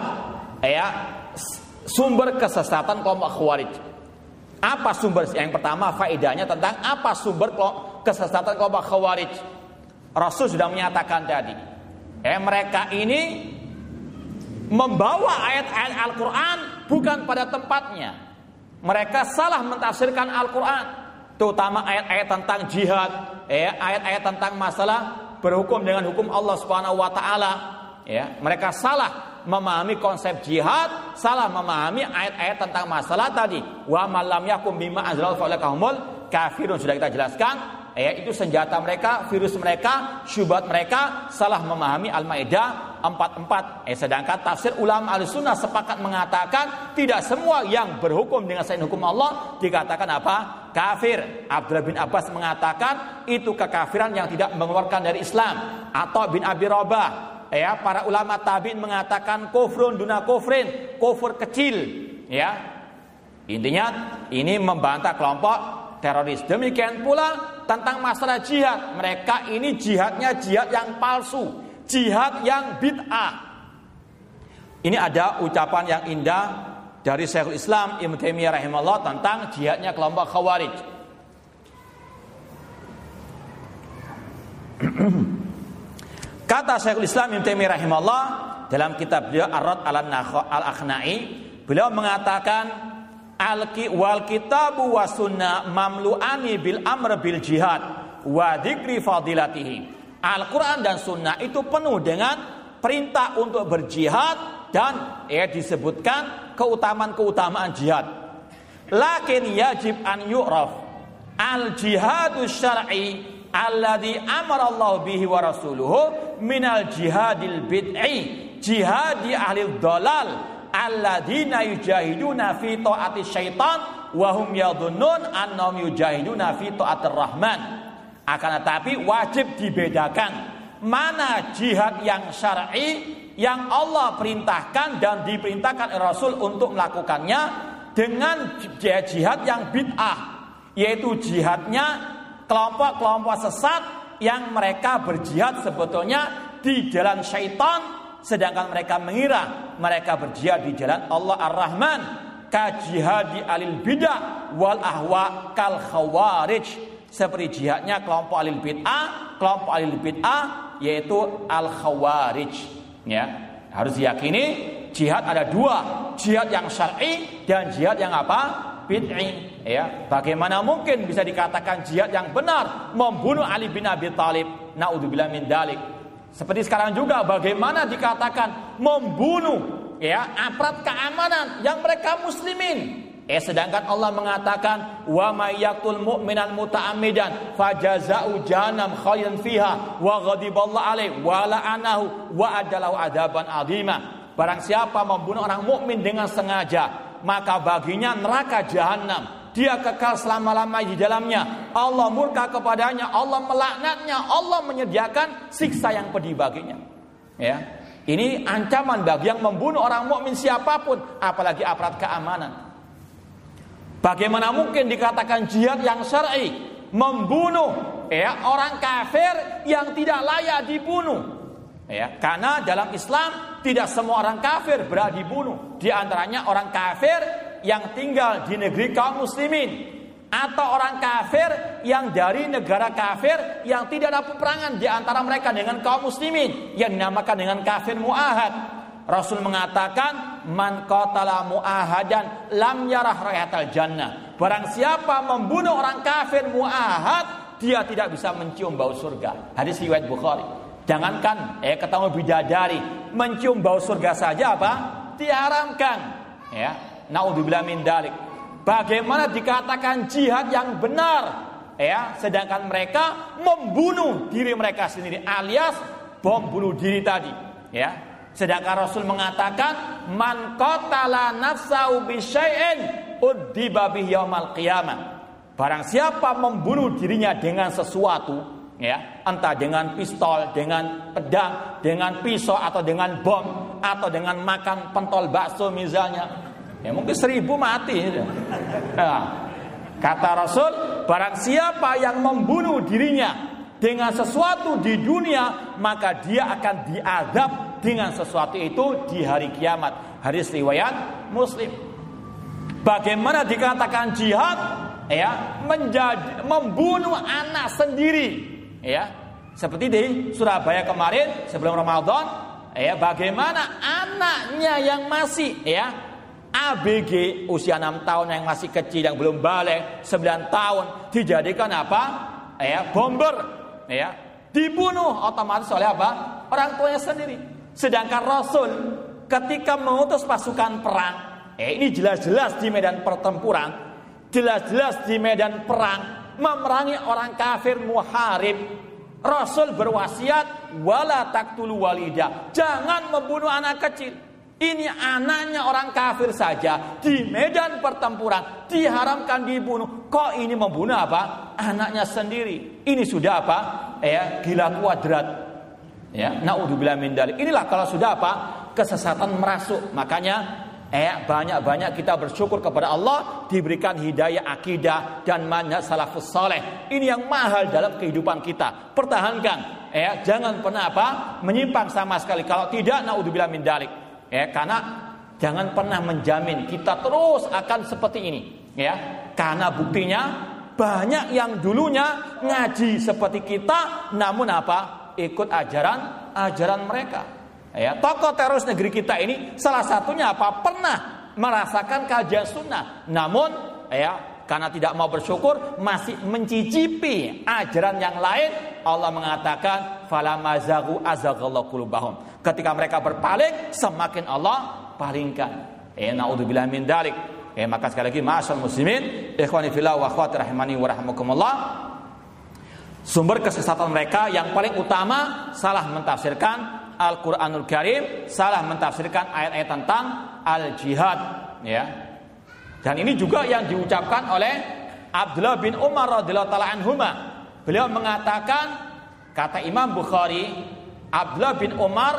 sumber kesesatan kelompok Khawarij. Apa sumber? Yang pertama faedahnya tentang apa sumber kesesatan kelompok Khawarij. Rasul sudah menyatakan tadi, mereka ini membawa ayat-ayat Al-Quran bukan pada tempatnya. Mereka salah mentafsirkan Al-Quran, terutama ayat-ayat tentang jihad, ayat-ayat tentang masalah berhukum dengan hukum Allah Subhanahu wa taala. Mereka salah memahami konsep jihad, salah memahami ayat-ayat tentang masalah tadi. Wa man lam yakum bima anzala fa ulaika humul kafirun, sudah kita jelaskan. Itu senjata mereka, virus mereka, syubhat mereka, salah memahami Al-Maidah 44. Sedangkan tafsir ulama Ahlussunnah sepakat mengatakan tidak semua yang berhukum dengan selain hukum Allah dikatakan kafir. Abdullah bin Abbas mengatakan itu kekafiran yang tidak mengeluarkan dari Islam. Atau bin Abi Rabah, para ulama tabi'in mengatakan kufrun duna kufrin, kufur kecil. Intinya ini membantah kelompok teroris. Demikian pula tentang masalah jihad. Mereka ini jihadnya jihad yang palsu, jihad yang bid'ah. Ini ada ucapan yang indah dari Syekhul Islam Ibnu Taimiyah rahimahullah tentang jihadnya kelompok Khawarij. Kata Syekhul Islam Ibnu Taimiyah rahimahullah dalam kitab beliau Ar-Radd al-Akhnai, beliau mengatakan wal kitabu wa sunnah mamlu'ani bil amr bil jihad wa dzikri fadilatihi. Al-Quran dan sunnah itu penuh dengan perintah untuk berjihad dan disebutkan keutamaan-keutamaan jihad. Lakin yajib an yu'raf al-jihadu syar'i alladhi amara Allah bihi wa rasuluhu minal jihadil bid'i jihadi ahli dhalal alladzina yujahiduna fi ta'ati syaitan wa hum yadhunnun annahum yujahiduna fi ta'atir rahman. Akan tetapi wajib dibedakan mana jihad yang syar'i yang Allah perintahkan dan diperintahkan Rasul untuk melakukannya dengan jihad yang bid'ah, yaitu jihadnya kelompok-kelompok sesat yang mereka berjihad sebetulnya di jalan syaitan, sedangkan mereka mengira mereka berjihad di jalan Allah Ar-Rahman. Kajihadi alil bidah wal ahwa kal khawarij, seperti jihadnya kelompok alil bid'ah yaitu al khawarij. Ya, harus diyakini jihad ada dua, jihad yang syar'i dan jihad yang apa? Bid'i. Ya, bagaimana mungkin bisa dikatakan jihad yang benar membunuh Ali bin Abi Thalib? Naudzubillah min dalik. Seperti sekarang juga bagaimana dikatakan membunuh aparat keamanan yang mereka muslimin. Sedangkan Allah mengatakan wa may yaqtul mu'minan muta'ammidan fajaza'u jahannam khalidan fiha wa ghadiballahu alaihi wa la'anahu wa adalahu adaban adzima. Barang siapa membunuh orang mukmin dengan sengaja, maka baginya neraka jahanam, dia kekal selama-lamanya di dalamnya. Allah murka kepadanya, Allah melaknatnya, Allah menyediakan siksa yang pedih baginya. Ya, ini ancaman bagi yang membunuh orang mukmin siapapun, apalagi aparat keamanan. Bagaimana mungkin dikatakan jihad yang syar'i membunuh orang kafir yang tidak layak dibunuh? Karena dalam Islam tidak semua orang kafir berhak dibunuh. Di antaranya orang kafir yang tinggal di negeri kaum muslimin, atau orang kafir yang dari negara kafir yang tidak ada peperangan di antara mereka dengan kaum muslimin, yang dinamakan dengan kafir muahad. Rasul mengatakan man qatala muahadan lam yarah raihatal jannah. Barang siapa membunuh orang kafir muahad, dia tidak bisa mencium bau surga. Hadis riwayat Bukhari. Jangankan ketemu bidadari, mencium bau surga saja apa? Diharamkan. Naudzubillah min dalik. Bagaimana dikatakan jihad yang benar? Sedangkan mereka membunuh diri mereka sendiri, alias bom bunuh diri tadi. Sedangkan Rasul mengatakan man qatala nafsahu bi syai'in udziba bihi yaumal qiyamah. Barang siapa membunuh dirinya dengan sesuatu, entah dengan pistol, dengan pedang, dengan pisau, atau dengan bom, atau dengan makan pentol bakso misalnya, mungkin 1000 mati. Kata Rasul, barang siapa yang membunuh dirinya dengan sesuatu di dunia, maka dia akan diazab dengan sesuatu itu di hari kiamat. Hadis riwayat Muslim. Bagaimana dikatakan jihad? Membunuh anak sendiri. Seperti di Surabaya kemarin sebelum Ramadan, bagaimana anaknya yang masih ABG usia 6 tahun, yang masih kecil, yang belum balik 9 tahun, dijadikan apa? Bomber. Dibunuh otomatis oleh apa? Orang tuanya sendiri. Sedangkan Rasul ketika mengutus pasukan perang, ini jelas-jelas di medan pertempuran, jelas-jelas di medan perang memerangi orang kafir muharib, Rasul berwasiat wala taqtulu walida, jangan membunuh anak kecil. Ini anaknya orang kafir saja di medan pertempuran diharamkan dibunuh. Kok ini membunuh apa? Anaknya sendiri. Ini sudah apa? Gila kuadrat. Naudzubillah min dzalik. Inilah kalau sudah apa? Kesesatan merasuk. Makanya banyak-banyak kita bersyukur kepada Allah diberikan hidayah akidah dan manhaj salafus saleh. Ini yang mahal dalam kehidupan kita. Pertahankan. Jangan pernah apa? Menyimpang sama sekali. Kalau tidak, naudzubillah min dzalik. Karena jangan pernah menjamin kita terus akan seperti ini, karena buktinya banyak yang dulunya ngaji seperti kita, namun apa? Ikut ajaran mereka. Tokoh teroris negeri kita ini salah satunya apa? Pernah merasakan kajian sunnah, namun karena tidak mau bersyukur masih mencicipi ajaran yang lain. Allah mengatakan falamazagu azaghallahu qulubahum. Ketika mereka berpaling, semakin Allah palingkan. Naudzubillah min dzalik. Maka sekali lagi ma'asyiral muslimin, ikhwani fillah wa akhwati rahimani wa rahimakumullah, sumber kesesatan mereka yang paling utama salah mentafsirkan Al-Qur'anul Karim, salah mentafsirkan ayat-ayat tentang al-jihad, Dan ini juga yang diucapkan oleh Abdullah bin Umar radhiyallahu taala anhuma. Beliau mengatakan, kata Imam Bukhari, Abdullah bin Umar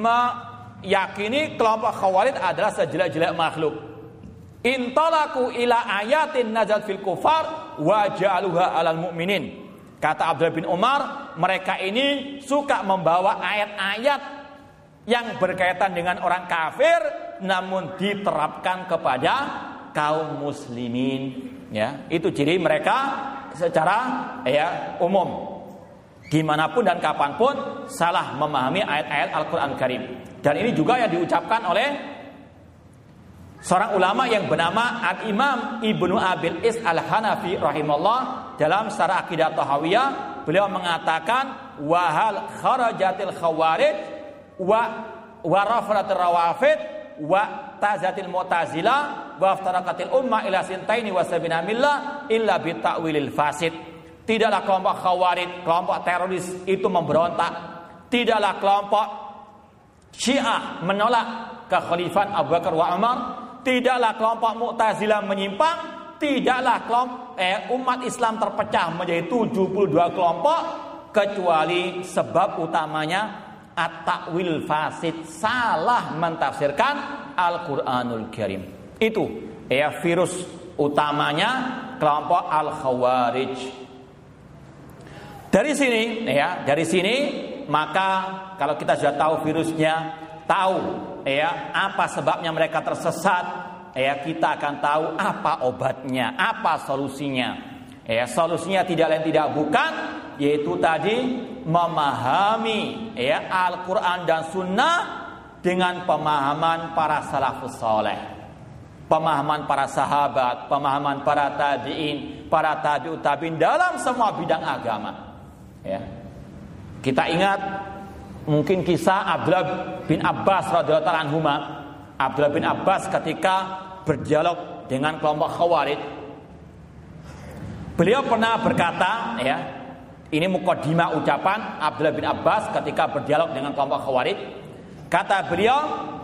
meyakini kelompok Khawarij adalah sejelek-jelek makhluk. Intalaku ila ayatin nazal fil kufar wa ja'aluha alal mu'minin. Kata Abdullah bin Umar, mereka ini suka membawa ayat-ayat yang berkaitan dengan orang kafir namun diterapkan kepada kaum muslimin, ya. Itu ciri mereka secara umum. Dimanapun dan kapanpun salah memahami ayat-ayat Al-Quran Karim. Dan ini juga yang diucapkan oleh seorang ulama yang bernama Al-Imam Ibnu Abil Is Al-Hanafi rahimahullah. Dalam Syarah Aqidah Tahawiyah, beliau mengatakan wahal kharajatil khawarij wa rafratil rawafid wa tazatil mu'tazilah wa aftaraqatil ummah ila sintaini wa sabina millah illa bita'wilil fasid. Tidaklah kelompok khawarij, kelompok teroris itu memberontak. Tidaklah kelompok Syiah menolak kekhalifahan Abu Bakar wa Umar. Tidaklah kelompok Mu'tazilah menyimpang. Tidaklah kelompok umat Islam terpecah menjadi 72 kelompok, kecuali sebab utamanya at-ta'wil fasid, salah mentafsirkan Al-Qur'anul Karim. Itu virus utamanya kelompok Al-Khawarij. Dari sini maka kalau kita sudah tahu virusnya, tahu apa sebabnya mereka tersesat, kita akan tahu apa obatnya, apa solusinya. Solusinya tidak lain tidak bukan yaitu tadi memahami Al-Qur'an dan Sunnah dengan pemahaman para salafus saleh, pemahaman para sahabat, pemahaman para tabi'in, para tabi'ut tabi'in dalam semua bidang agama. Kita ingat mungkin kisah Abdullah bin Abbas radhiyallahu ta'ala anhuma. Abdullah bin Abbas ketika berdialog dengan kelompok Khawarij, beliau pernah berkata, ini muqaddimah ucapan Abdullah bin Abbas ketika berdialog dengan kelompok Khawarij. Kata beliau,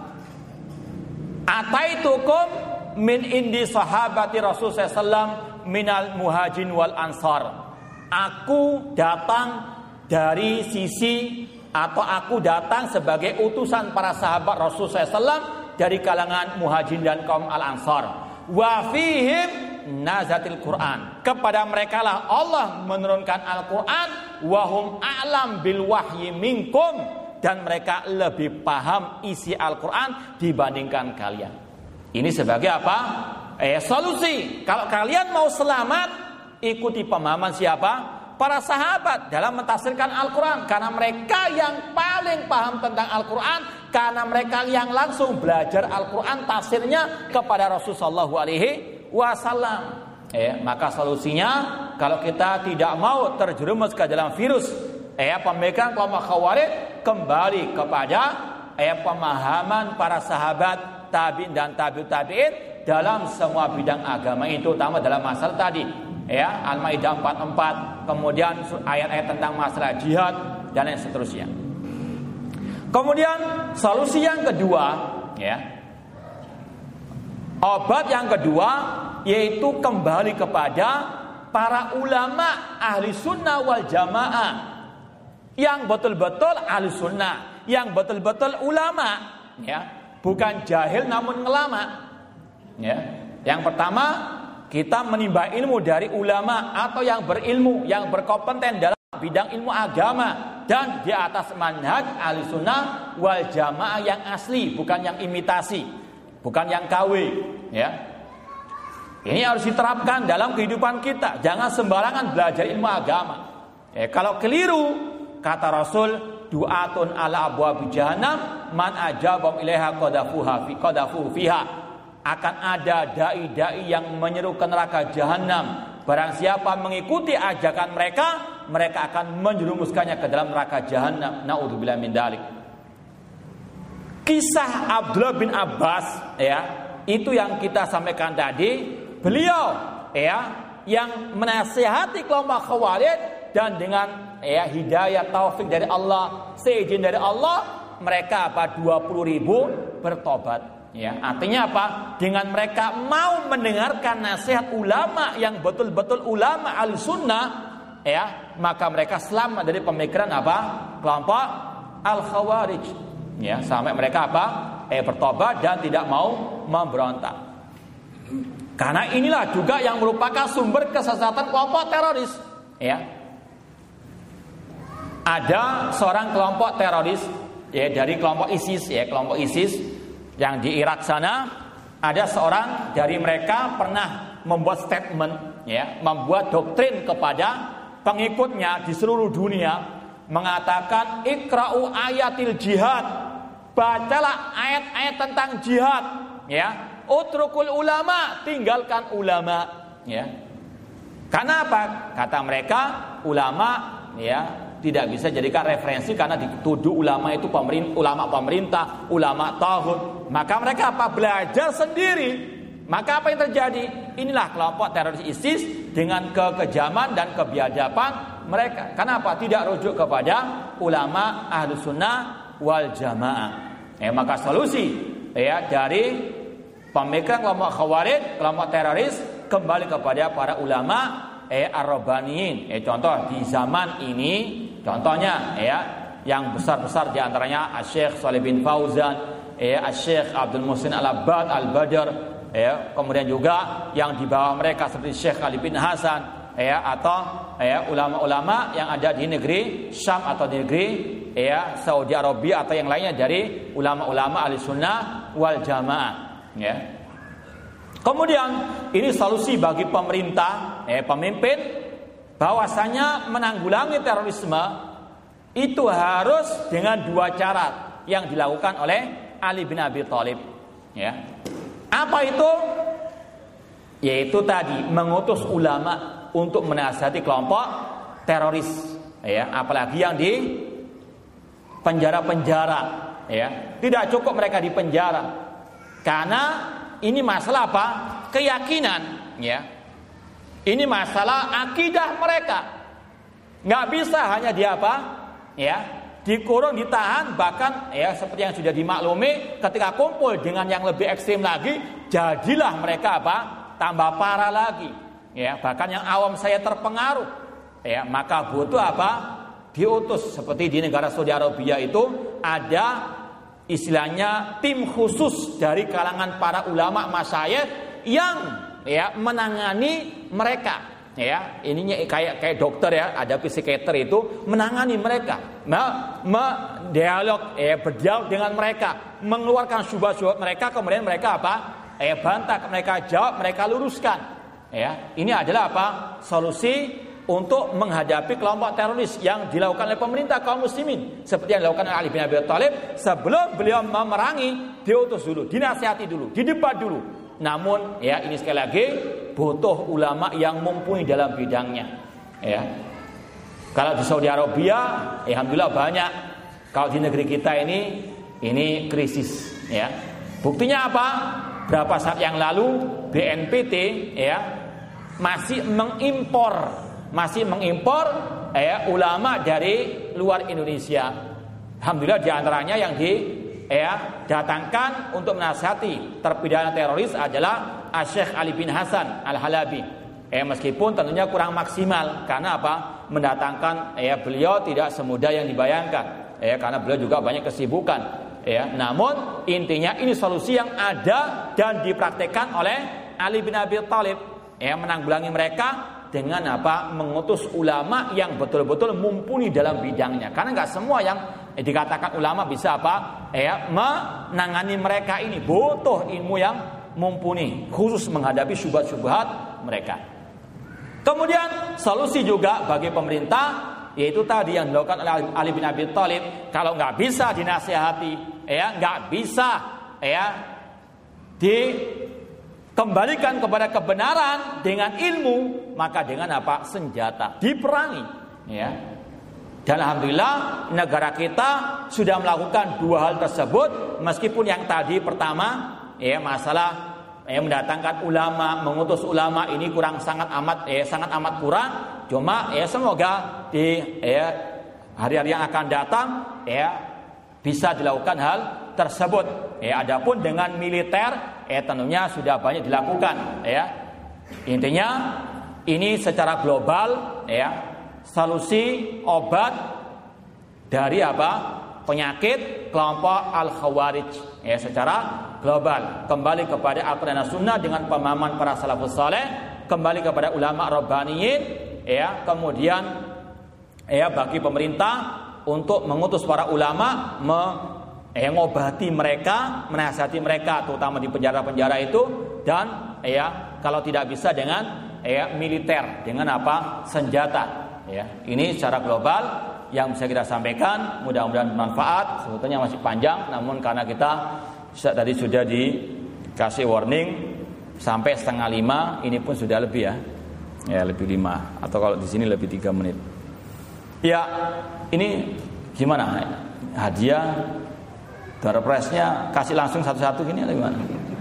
ataitukum min indi sahabati Rasul sallallahu alaihi wasallam minal muhajirin wal ansar. Aku datang dari sisi, atau aku datang sebagai utusan para sahabat Rasul SAW dari kalangan muhajirin dan kaum al-ansar. Wa fihim nazatil Quran. Kepada mereka lah Allah menurunkan Al-Quran. Wahum a'lam bil wahyi minkum. Dan mereka lebih paham isi Al-Quran dibandingkan kalian. Ini sebagai apa? Solusi. Kalau kalian mau selamat, ikuti pemahaman siapa? Para sahabat dalam mentafsirkan Al-Quran. Karena mereka yang paling paham tentang Al-Quran. Karena mereka yang langsung belajar Al-Quran tafsirnya kepada Rasulullah SAW. Maka solusinya, kalau kita tidak mau terjerumus ke dalam virus pemikiran kelompok Khawarij, kembali kepada pemahaman para sahabat, tabi'in dan tabi'ut tabi'in dalam semua bidang agama itu, terutama dalam masalah tadi. Al-Maidah 44, kemudian ayat-ayat tentang masalah jihad dan yang seterusnya. Kemudian solusi yang kedua, obat yang kedua yaitu kembali kepada para ulama ahli sunnah wal jamaah yang betul-betul ahli sunnah, yang betul-betul ulama, bukan jahil namun ngelama. Yang pertama, kita menimba ilmu dari ulama atau yang berilmu, yang berkompeten dalam bidang ilmu agama dan di atas manhaj ahli sunnah wal jamaah yang asli, bukan yang imitasi, bukan yang KW. Ini harus diterapkan dalam kehidupan kita. Jangan sembarangan belajar ilmu agama. Kalau keliru, kata Rasul, du'atun ala abwabi jahannam man ajabam ilaiha qadafuhu fiha. Akan ada dai-dai yang menyeru ke neraka jahanam. Barang siapa mengikuti ajakan mereka, mereka akan menjerumuskannya ke dalam neraka jahanam. Na'udzubillah min dzalik. Kisah Abdullah bin Abbas, itu yang kita sampaikan tadi. Beliau, yang menasihati kelompok Khawarij, dan dengan hidayah taufik dari Allah, seizin dari Allah, mereka 20.000 bertobat. Artinya apa? Dengan mereka mau mendengarkan nasihat ulama yang betul-betul ulama al-sunnah, maka mereka selamat dari pemikiran apa? Kelompok al-Khawarij. Sampai mereka apa? Bertobat dan tidak mau memberontak. Karena inilah juga yang merupakan sumber kesesatan kelompok teroris. ada seorang kelompok teroris ya dari kelompok ISIS yang di Irak sana. Ada seorang dari mereka pernah membuat statement ya, membuat doktrin kepada pengikutnya di seluruh dunia, mengatakan ikra'u ayatil jihad, bacalah ayat-ayat tentang jihad ya, utrukul ulama, tinggalkan ulama ya. Karena apa? Kata mereka ulama ya tidak bisa jadikan referensi karena dituduh ulama itu ulama pemerintah, ulama taghut. Maka mereka apa? Belajar sendiri. Maka apa yang terjadi? Inilah kelompok teroris ISIS dengan kekejaman dan kebiadaban mereka. Kenapa? Tidak rujuk kepada ulama Ahlus Sunnah wal Jamaah. Maka solusi ya dari pemikiran kelompok Khawarij, kelompok teroris, kembali kepada para ulama ar-rabbaniyin. Contoh di zaman ini, contohnya ya yang besar-besar di antaranya Asy-Syaikh Shalih bin Fauzan, Asy-Syaikh Abdul Muhsin Al-Abbad Al-Badr, kemudian juga yang di bawah mereka seperti Syekh Ali bin Hasan, atau ulama-ulama yang ada di negeri Syam atau di negeri Saudi Arabia atau yang lainnya dari ulama-ulama Ahli Sunnah wal Jamaah ya. Kemudian ini solusi bagi pemerintah, pemimpin, bahwasanya menanggulangi terorisme itu harus dengan dua cara yang dilakukan oleh Ali bin Abi Thalib. Ya. Apa itu? Yaitu tadi mengutus ulama untuk menasihati kelompok teroris, ya, apalagi yang di penjara-penjara. Ya. Tidak cukup mereka di penjara, karena ini masalah apa? Keyakinan, ya. Ini masalah akidah mereka. Nggak bisa hanya di apa? Ya, dikurung, ditahan, bahkan ya seperti yang sudah dimaklumi, ketika kumpul dengan yang lebih ekstrim lagi, jadilah mereka apa? Tambah parah lagi. Ya, bahkan yang awam saya terpengaruh. Ya, maka butuh apa? Diutus seperti di negara Saudi Arabia itu ada istilahnya tim khusus dari kalangan para ulama masyayikh yang ya menangani mereka. Ya, ininya kayak dokter ya, ada psikiater itu menangani mereka, dialog, berdialog dengan mereka, mengeluarkan syubhat-syubhat mereka, kemudian mereka apa? Bantah, mereka jawab, mereka luruskan. Ya, ini adalah apa? Solusi untuk menghadapi kelompok teroris yang dilakukan oleh pemerintah kaum muslimin, seperti yang dilakukan oleh Ali bin Abi Thalib. Sebelum beliau memerangi, diutus dulu, dinasihati dulu, didebat dulu. Namun ya ini sekali lagi butuh ulama yang mumpuni dalam bidangnya. Ya. Kalau di Saudi Arabia, alhamdulillah banyak. Kalau di negeri kita ini krisis. Ya. Buktinya apa? Berapa saat yang lalu BNPT ya masih mengimpor ulama dari luar Indonesia. Alhamdulillah di antaranya yang datangkan untuk menasihati terpidana teroris adalah Syekh Ali bin Hasan Al-Halabi. Meskipun tentunya kurang maksimal, karena apa? Mendatangkan beliau tidak semudah yang dibayangkan. Karena beliau juga banyak kesibukan. Namun intinya ini solusi yang ada dan dipraktekkan oleh Ali bin Abi Thalib. Menanggulangi mereka dengan apa? Mengutus ulama yang betul-betul mumpuni dalam bidangnya. Karena nggak semua yang dikatakan ulama bisa apa? Menangani mereka ini. Butuh ilmu yang mumpuni, khusus menghadapi syubhat-syubhat mereka. Kemudian solusi juga bagi pemerintah, yaitu tadi yang dilakukan oleh Ali bin Abi Thalib. Kalau nggak bisa dinasihati, nggak bisa dikembalikan kepada kebenaran dengan ilmu, maka dengan apa? Senjata, diperangi. Ya. Dan alhamdulillah negara kita sudah melakukan dua hal tersebut, meskipun yang tadi pertama masalah mendatangkan ulama, mengutus ulama ini sangat amat kurang. Cuma semoga di hari-hari yang akan datang bisa dilakukan hal tersebut. Adapun dengan militer tentunya sudah banyak dilakukan. Intinya ini secara global solusi obat dari apa? Penyakit kelompok Al-Khawarij secara global. Kembali kepada Al-Quran dan Sunnah dengan pemahaman para salafus saleh, kembali kepada ulama rabbaniyin, kemudian bagi pemerintah untuk mengutus para ulama mengobati mereka, menasihati mereka terutama di penjara-penjara itu, dan kalau tidak bisa dengan militer, dengan senjata. Ini secara global yang bisa kita sampaikan, mudah-mudahan bermanfaat. Sebetulnya masih panjang, namun karena kita tadi sudah dikasih warning sampai 4:30, ini pun sudah lebih lebih 5, atau kalau di sini lebih 3 menit. Ini gimana? Hadiah door prize-nya kasih langsung satu-satu gini atau gimana?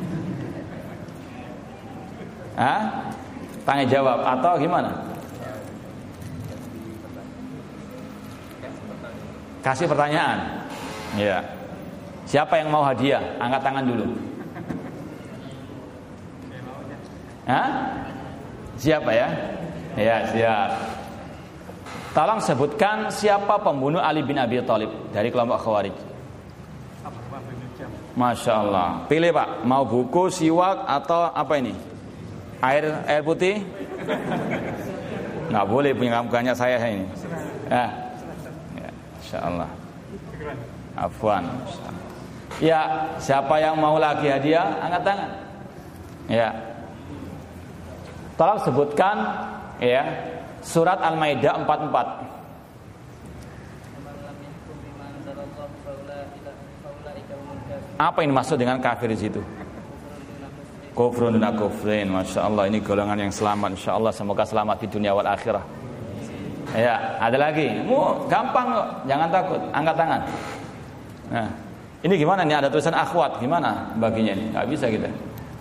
Tanya jawab atau gimana? Kasih pertanyaan. Siapa yang mau hadiah? Angkat tangan dulu. Siapa ya? Siap. Tolong sebutkan siapa pembunuh Ali bin Abi Thalib dari kelompok Khawarij. Masya Allah. Pilih Pak, mau buku, siwak atau apa ini? Air putih? Nggak boleh punya saya ini. Masya Allah. Afwan. Siapa yang mau lagi hadiah? Angkat tangan. Tolong sebutkan surat Al-Maidah 44. Apa yang dimaksud dengan kafir di situ? Kufrun duna kufrin. Masya Allah, ini golongan yang selamat. Insya Allah semoga selamat di dunia wal akhirah. Ada lagi. Gampang kok, jangan takut. Angkat tangan. Nah, ini gimana nih? Ada tulisan akhwat, gimana baginya ini? Gak bisa kita.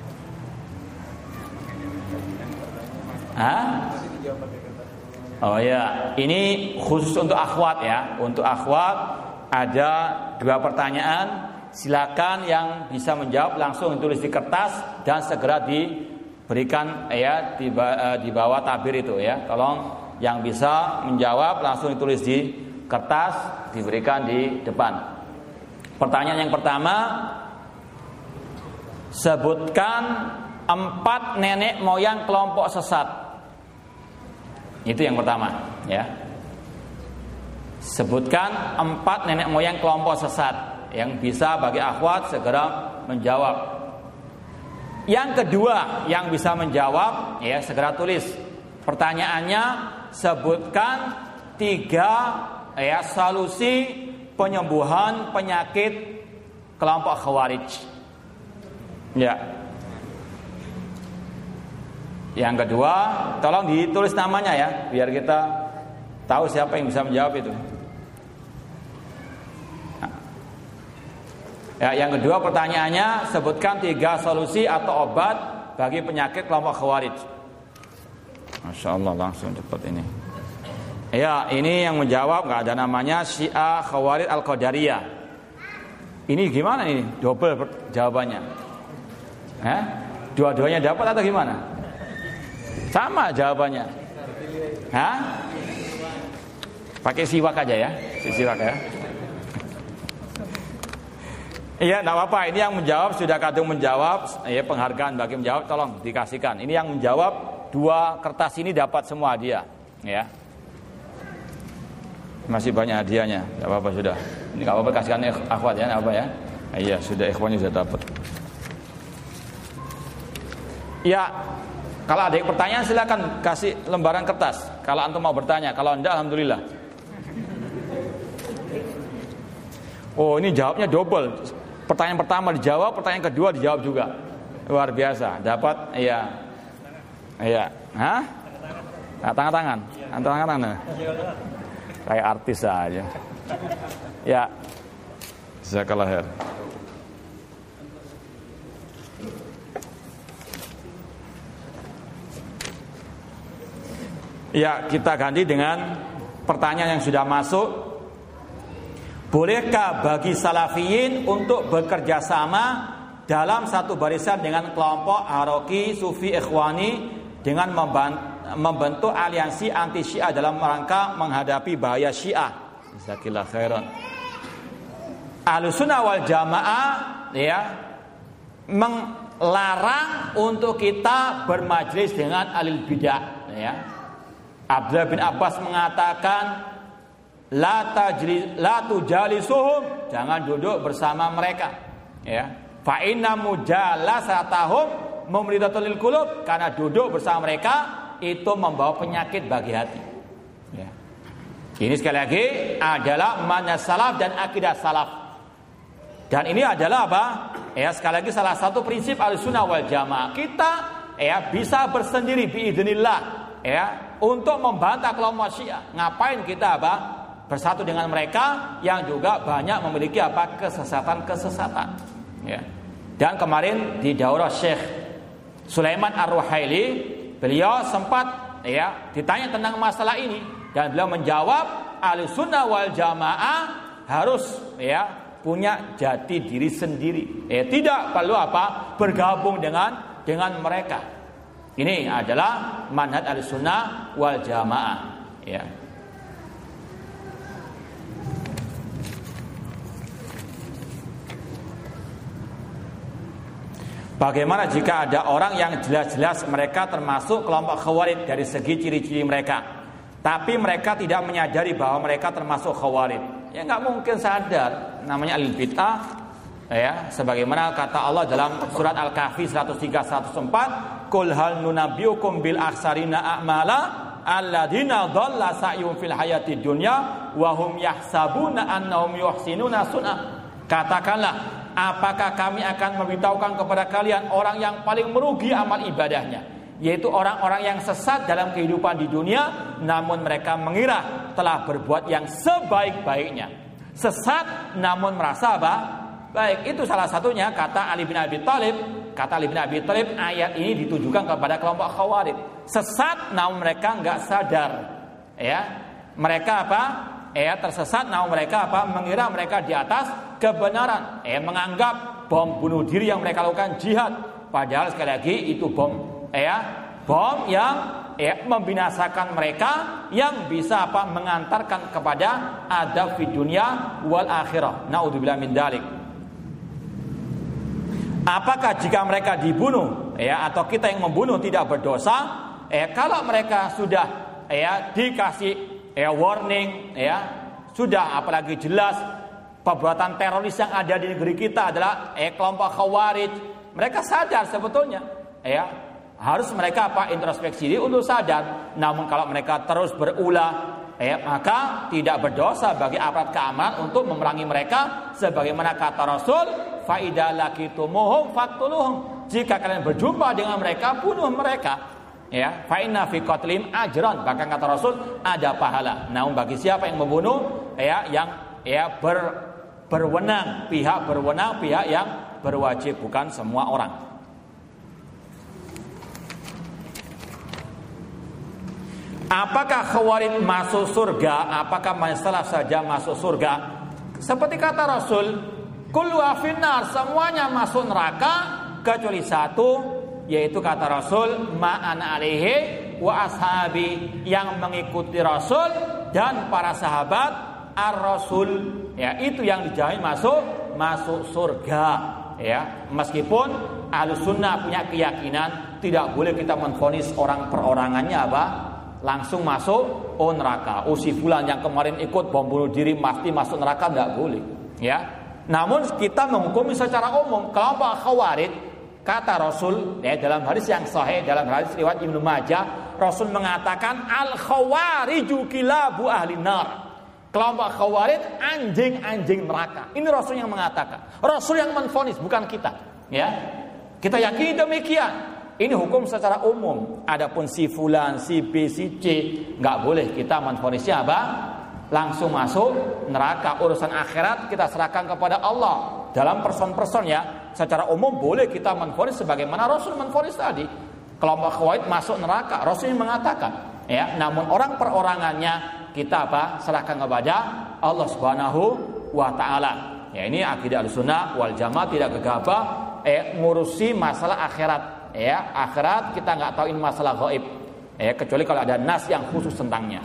Ini khusus untuk akhwat ya. Untuk akhwat ada 2 pertanyaan. Silakan yang bisa menjawab langsung tulis di kertas dan segera diberikan di bawah tabir itu ya. Tolong yang bisa menjawab langsung ditulis di kertas, diberikan di depan. Pertanyaan yang pertama, sebutkan 4 nenek moyang kelompok sesat. Itu yang pertama ya. Sebutkan 4 nenek moyang kelompok sesat. Yang bisa bagi akhwat segera menjawab. Yang kedua yang bisa menjawab segera tulis. Pertanyaannya, sebutkan 3 solusi penyembuhan penyakit kelompok Khawarij. Yang kedua, tolong ditulis namanya ya, biar kita tahu siapa yang bisa menjawab itu. Yang kedua pertanyaannya, sebutkan 3 solusi atau obat bagi penyakit kelompok Khawarij. Masya Allah, langsung cepat ini. Ini yang menjawab nggak ada namanya, Syiah Khawarij Al-Qadariyah. Ini gimana ini? Double jawabannya. Dua-duanya dapat atau gimana? Sama jawabannya. Pakai siwak aja ya, siwak ya. Enggak apa-apa. Ini yang menjawab sudah kadung menjawab. Penghargaan bagi menjawab tolong dikasihkan. Ini yang menjawab 2 kertas ini dapat semua hadiah. Masih banyak hadiahnya. Enggak apa-apa sudah. Ini enggak apa-apa, kasihkan akhwat ya, apa ya? Sudah ikhwannya sudah dapat. Kalau ada yang pertanyaan silakan kasih lembaran kertas. Kalau antum mau bertanya, kalau enggak alhamdulillah. Ini jawabnya double. Pertanyaan pertama dijawab, pertanyaan kedua dijawab juga. Luar biasa. Dapat tangan-tangan. Tangan-tangan. Kayak artis aja. Jazakallah khair. Kita ganti dengan pertanyaan yang sudah masuk. Bolehkah bagi salafiyin untuk bekerja sama dalam satu barisan dengan kelompok Haroki, Sufi, Ikhwani dengan membentuk aliansi anti Syiah dalam rangka menghadapi bahaya Syiah? Jazakallah khairan. Ahlussunnah wal Jamaah melarang untuk kita bermajlis dengan ahlul bidah. Abdullah bin Abbas mengatakan, la tujalisuhum, jangan duduk bersama mereka. Ya. Fa inna mujalasatahum mumridatul lil qulub, karena duduk bersama mereka itu membawa penyakit bagi hati. Ya. Ini sekali lagi adalah manhaj salaf dan akidah salaf. Dan ini adalah apa? Ya, sekali lagi salah satu prinsip Ahlussunnah wal Jamaah. Kita bisa bersendiri biidznillah untuk membantah kelompok Syiah. Ngapain kita bersatu dengan mereka yang juga banyak memiliki kesesatan-kesesatan. Ya. Dan kemarin di daurah Syekh Sulaiman Ar-Ruhaili, beliau sempat ditanya tentang masalah ini dan beliau menjawab Ahlussunnah wal Jamaah harus punya jati diri sendiri. Tidak perlu bergabung dengan mereka. Ini adalah manhaj Ahlussunnah wal Jamaah. Ya. Bagaimana jika ada orang yang jelas-jelas mereka termasuk kelompok Khawarij dari segi ciri-ciri mereka, tapi mereka tidak menyadari bahwa mereka termasuk Khawarij? Ya nggak mungkin sadar, namanya al-bid'ah. Sebagaimana kata Allah dalam surat Al-Kahfi 103-104, Qul hal nunabbiukum bil akhsarina a'mala alladzina dhalla sa'yuhum fil hayatid dunya wa hum yahsabuna annahum yuhsinuna sun'a. Katakanlah, apakah kami akan memberitahukan kepada kalian orang yang paling merugi amal ibadahnya, yaitu orang-orang yang sesat dalam kehidupan di dunia, namun mereka mengira telah berbuat yang sebaik-baiknya. Sesat namun merasa baik. Itu salah satunya kata Ali bin Abi Thalib. Kata Ali bin Abi Thalib, ayat ini ditujukan kepada kelompok Khawarij. Sesat namun mereka enggak sadar. Mereka tersesat namun mereka mengira mereka di atas kebenaran. Menganggap bom bunuh diri yang mereka lakukan jihad. Padahal sekali lagi itu bom yang membinasakan mereka, yang bisa mengantarkan kepada adab di dunia wal akhirah. Naudzubillah min dzalik. Apakah jika mereka dibunuh atau kita yang membunuh tidak berdosa? Kalau mereka sudah dikasih warning, sudah apalagi jelas perbuatan teroris yang ada di negeri kita adalah kelompok Khawarij. Mereka sadar sebetulnya, harus mereka introspeksi diri untuk sadar. Namun kalau mereka terus berulah, maka tidak berdosa bagi aparat keamanan untuk memerangi mereka, sebagaimana kata Rasul, fa idza laqitumuhum faqtuluhum. Jika kalian berjumpa dengan mereka, bunuh mereka. Fa inna fi qatlihim ajran. Bahkan kata Rasul, ada pahala. Namun bagi siapa yang membunuh, yang berwenang, pihak yang berwajib, bukan semua orang. Apakah Khawarij masuk surga? Apakah masalah saja masuk surga? Seperti kata Rasul, kullu afinnar, semuanya masuk neraka kecuali satu, yaitu kata Rasul, ma'ana alaihi wa ashabi, yang mengikuti Rasul dan para sahabat ar-Rasul. Itu yang dijamin masuk surga. Meskipun Ahlussunnah punya keyakinan tidak boleh kita menvonis orang perorangannya langsung masuk neraka. Si fulan yang kemarin ikut bom bunuh diri pasti masuk neraka, tidak boleh. Namun kita menghukumi secara umum kelompok Khawarij. Kata Rasul dalam hadis yang sahih, dalam hadis riwayat Ibnu Majah, Rasul mengatakan al-khawariju kilabu ahli nar. Kelompok Khawarij anjing-anjing neraka. Ini Rasul yang mengatakan. Rasul yang menvonis, bukan kita. Kita yakini demikian. Ini hukum secara umum. Adapun si fulan, si B, si C, nggak boleh kita menvonisnya langsung masuk neraka. Urusan akhirat kita serahkan kepada Allah. Dalam person-person secara umum boleh kita menvonis sebagaimana Rasul menvonis tadi. Kelompok Khawarij masuk neraka. Rasul yang mengatakan. Namun orang perorangannya kita serahkan kepada Allah Subhanahu wa taala. Ini akidah Ahlussunnah wal Jamaah, tidak gegabah ngurusi masalah akhirat. Akhirat kita nggak tahu, ini masalah gaib. Kecuali kalau ada nas yang khusus tentangnya.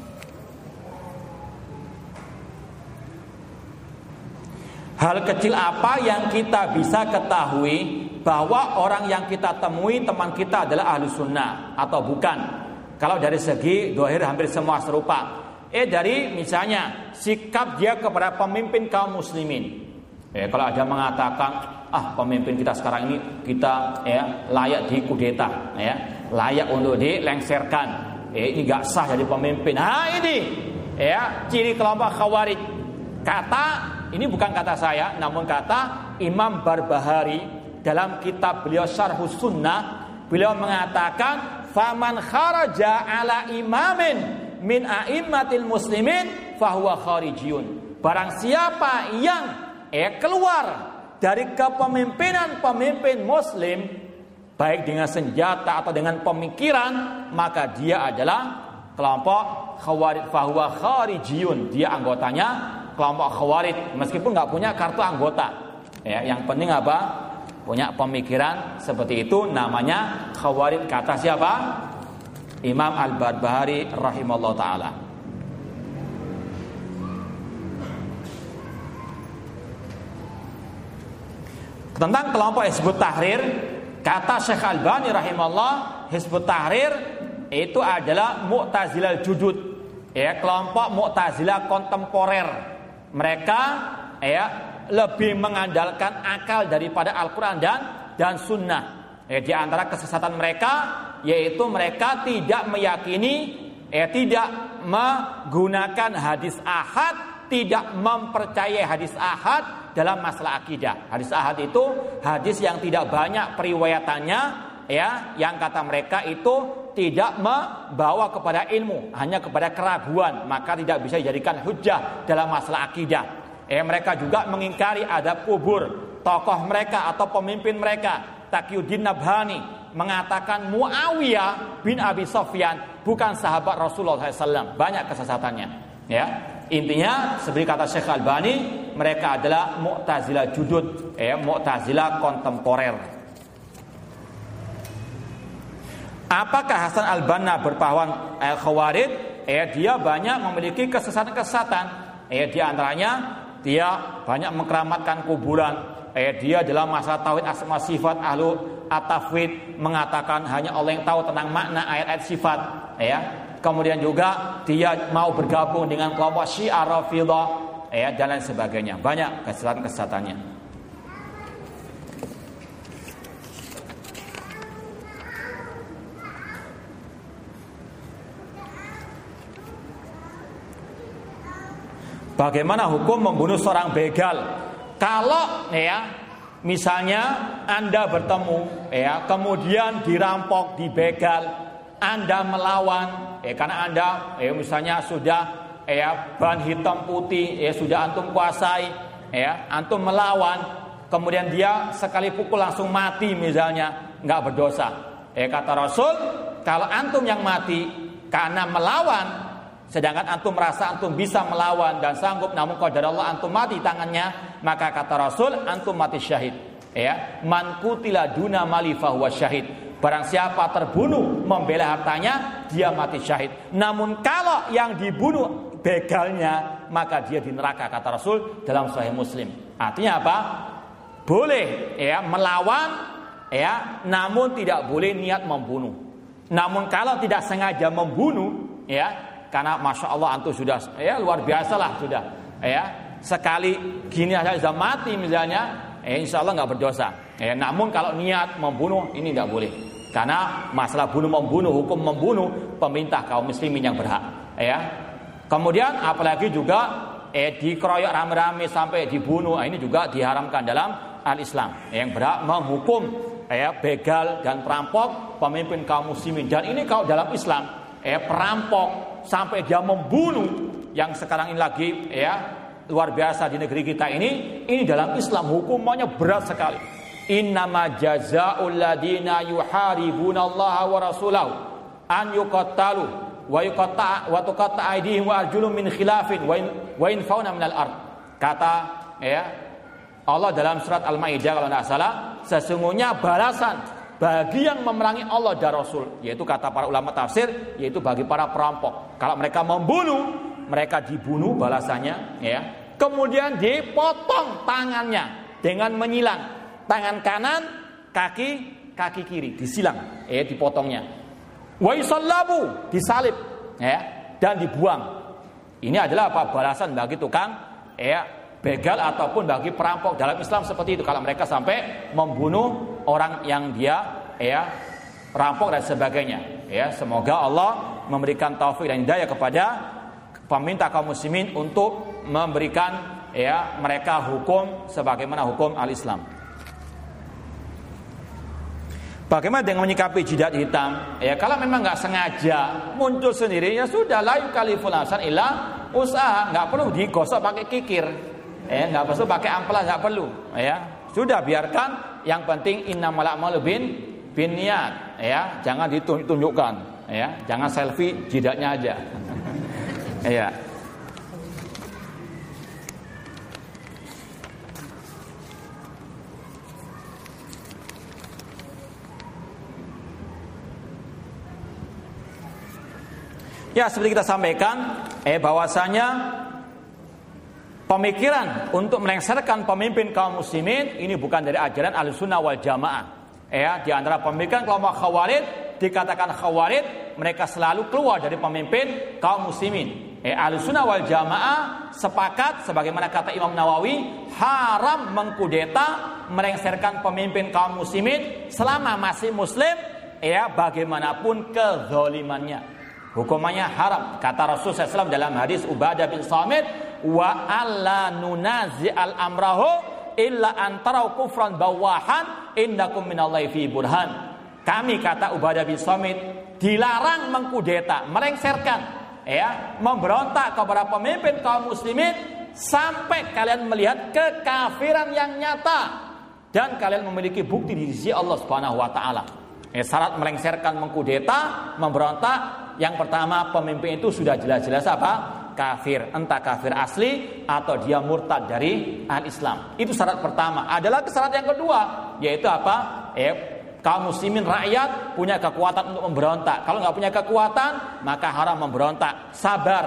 Hal kecil apa yang kita bisa ketahui bahwa orang yang kita temui teman kita adalah Ahlussunnah atau bukan? Kalau dari segi zahir hampir semua serupa. dari misalnya sikap dia kepada pemimpin kaum muslimin. Kalau ada mengatakan pemimpin kita sekarang ini kita layak dikudeta, layak untuk dilengserkan, ini nggak sah jadi pemimpin. Ini ciri kelompok Khawarij. Ini bukan kata saya, namun kata Imam Barbahari dalam kitab beliau Syarhus Sunnah. Beliau mengatakan, faman kharaja ala imamin min a'immatil muslimin fahuwa kharijiyun. Barang siapa yang keluar dari kepemimpinan pemimpin muslim, baik dengan senjata atau dengan pemikiran, maka dia adalah kelompok Khawarij, fahuwa kharijiyun. Dia anggotanya kelompok Khawarij meskipun nggak punya kartu anggota. Yang penting apa? Punya pemikiran seperti itu, namanya Khawarij. Kata siapa? Imam Al-Barbahari rahimahullah ta'ala. Tentang kelompok Hizbut Tahrir, kata Syekh Albani rahimahullah, Hizbut Tahrir itu adalah Mu'tazilah judud, kelompok Mu'tazilah kontemporer. Mereka lebih mengandalkan akal daripada Al-Quran dan Sunnah. Di antara kesesatan mereka yaitu mereka tidak meyakini, tidak menggunakan hadis ahad, tidak mempercayai hadis ahad dalam masalah akidah. Hadis ahad itu hadis yang tidak banyak periwayatannya, yang kata mereka itu tidak membawa kepada ilmu, hanya kepada keraguan, maka tidak bisa dijadikan hujjah dalam masalah akidah. Mereka juga mengingkari adab kubur. Tokoh mereka atau pemimpin mereka, Taqiyuddin Nabhani, mengatakan Muawiyah bin Abi Sufyan bukan sahabat Rasulullah SAW. Banyak kesesatannya. Intinya seperti kata Syekh Albani, mereka adalah Mu'tazilah judud, Mu'tazilah kontemporer. Apakah Hasan al-Banna berpahaman Khawarij? Dia banyak memiliki kesesatan-kesesatan. Di antaranya dia banyak mengkeramatkan kuburan. Dia dalam masalah tauhid asma sifat ahlu at-tafwid mengatakan hanya Allah yang tahu tentang makna ayat-ayat sifat. Kemudian juga dia mau bergabung dengan kelompok Syiah Rafidhah, dan lain sebagainya. Banyak kesesatan-kesesatannya. Bagaimana hukum membunuh seorang begal? Kalau misalnya Anda bertemu kemudian dirampok di begal, Anda melawan karena Anda misalnya sudah ban hitam putih sudah antum kuasai, antum melawan, kemudian dia sekali pukul langsung mati misalnya, nggak berdosa. Kata Rasul, kalau antum yang mati karena melawan, sedangkan antum merasa antum bisa melawan dan sanggup, namun qadar Allah antum mati tangannya, maka kata Rasul antum mati syahid. Man qutila duna mali fahuwa syahid. Barang siapa terbunuh membela hartanya, dia mati syahid. Namun kalau yang dibunuh begalnya, maka dia di neraka, kata Rasul dalam Sahih Muslim. Artinya apa? Boleh melawan, namun tidak boleh niat membunuh. Namun kalau tidak sengaja membunuh, karena masya Allah antum sudah luar biasa lah sudah, sekali gini aja sudah mati misalnya, insya Allah nggak berdosa. Namun kalau niat membunuh ini tidak boleh, karena masalah bunuh membunuh, hukum membunuh pemerintah kaum muslimin yang berhak. Kemudian apalagi juga dikeroyok rame-rame sampai dibunuh, ini juga diharamkan dalam al-Islam. Yang berhak menghukum begal dan perampok pemimpin kaum muslimin. Dan ini kalau dalam Islam perampok sampai dia membunuh, yang sekarang ini lagi luar biasa di negeri kita ini dalam Islam hukumannya berat sekali. Innama jazaa'ul ladina yuharibuna Allah wa rasulahu an yuqattalu wa tuqatta aydihim wa arjulum min khilafin wa infauna minal ard. Kata Allah dalam surat Al-Maidah kalau tidak salah, sesungguhnya balasan bagi yang memerangi Allah dan Rasul, yaitu kata para ulama tafsir, yaitu bagi para perampok. Kalau mereka membunuh, mereka dibunuh balasannya, kemudian dipotong tangannya dengan menyilang, tangan kanan, kaki kiri disilang, dipotongnya. Wa yusallabu, disalib, dan dibuang. Ini adalah apa? Balasan bagi tukang begal ataupun bagi perampok dalam Islam seperti itu. Kalau mereka sampai membunuh orang yang dia rampok dan sebagainya. Semoga Allah memberikan taufik dan hidayah kepada pemerintah kaum muslimin untuk memberikan mereka hukum sebagaimana hukum al-Islam. Bagaimana dengan menyikapi jidat hitam? Kalau memang nggak sengaja muncul sendiri, ya sudah, la yukallifu nafsan illa usaha, nggak perlu digosok pakai kikir, nggak perlu pakai amplas, nggak perlu. Sudah, biarkan. Yang penting innamal a'malu binniyat, jangan ditunjukkan, jangan selfie jidatnya aja. Ya, seperti kita sampaikan, bahwasanya pemikiran untuk melengsarkan pemimpin kaum muslimin ini bukan dari ajaran Ahlussunnah wal Jamaah. Di antara pemikiran kelompok Khawarij, dikatakan Khawarij, mereka selalu keluar dari pemimpin kaum muslimin. Ahlussunnah wal Jamaah sepakat, sebagaimana kata Imam Nawawi, haram mengkudeta, melengsarkan pemimpin kaum muslimin selama masih muslim, bagaimanapun kezalimannya. Hukumannya haram. Kata Rasulullah SAW dalam hadis Ubadah bin Samit, wa alla nunazi al amrahu illa antarau kufran bawahan indakum minallahi fi burhan. Kami, kata Ubadah bin Samit, dilarang mengkudeta, melengsarkan, memberontak kepada pemimpin kaum muslimin sampai kalian melihat kekafiran yang nyata dan kalian memiliki bukti di sisi Allah Subhanahu wa taala. Syarat melengsarkan, mengkudeta, memberontak, yang pertama pemimpin itu sudah jelas-jelas apa? Kafir, entah kafir asli atau dia murtad dari al-Islam. Itu syarat pertama. Adalah syarat yang kedua, yaitu apa? Kaum muslimin rakyat punya kekuatan untuk memberontak. Kalau nggak punya kekuatan, maka haram memberontak. Sabar,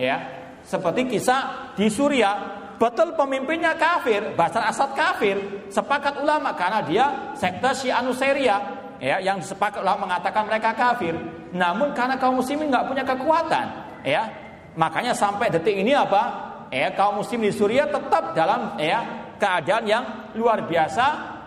Seperti kisah di Suriah. Betul pemimpinnya kafir, Bashar Assad kafir. Sepakat ulama karena dia sekte Syiah Nusairyah, yang sepakat ulama mengatakan mereka kafir. Namun karena kaum muslimin nggak punya kekuatan, makanya sampai detik ini apa? Kaum muslim di Suriah tetap dalam keadaan yang luar biasa,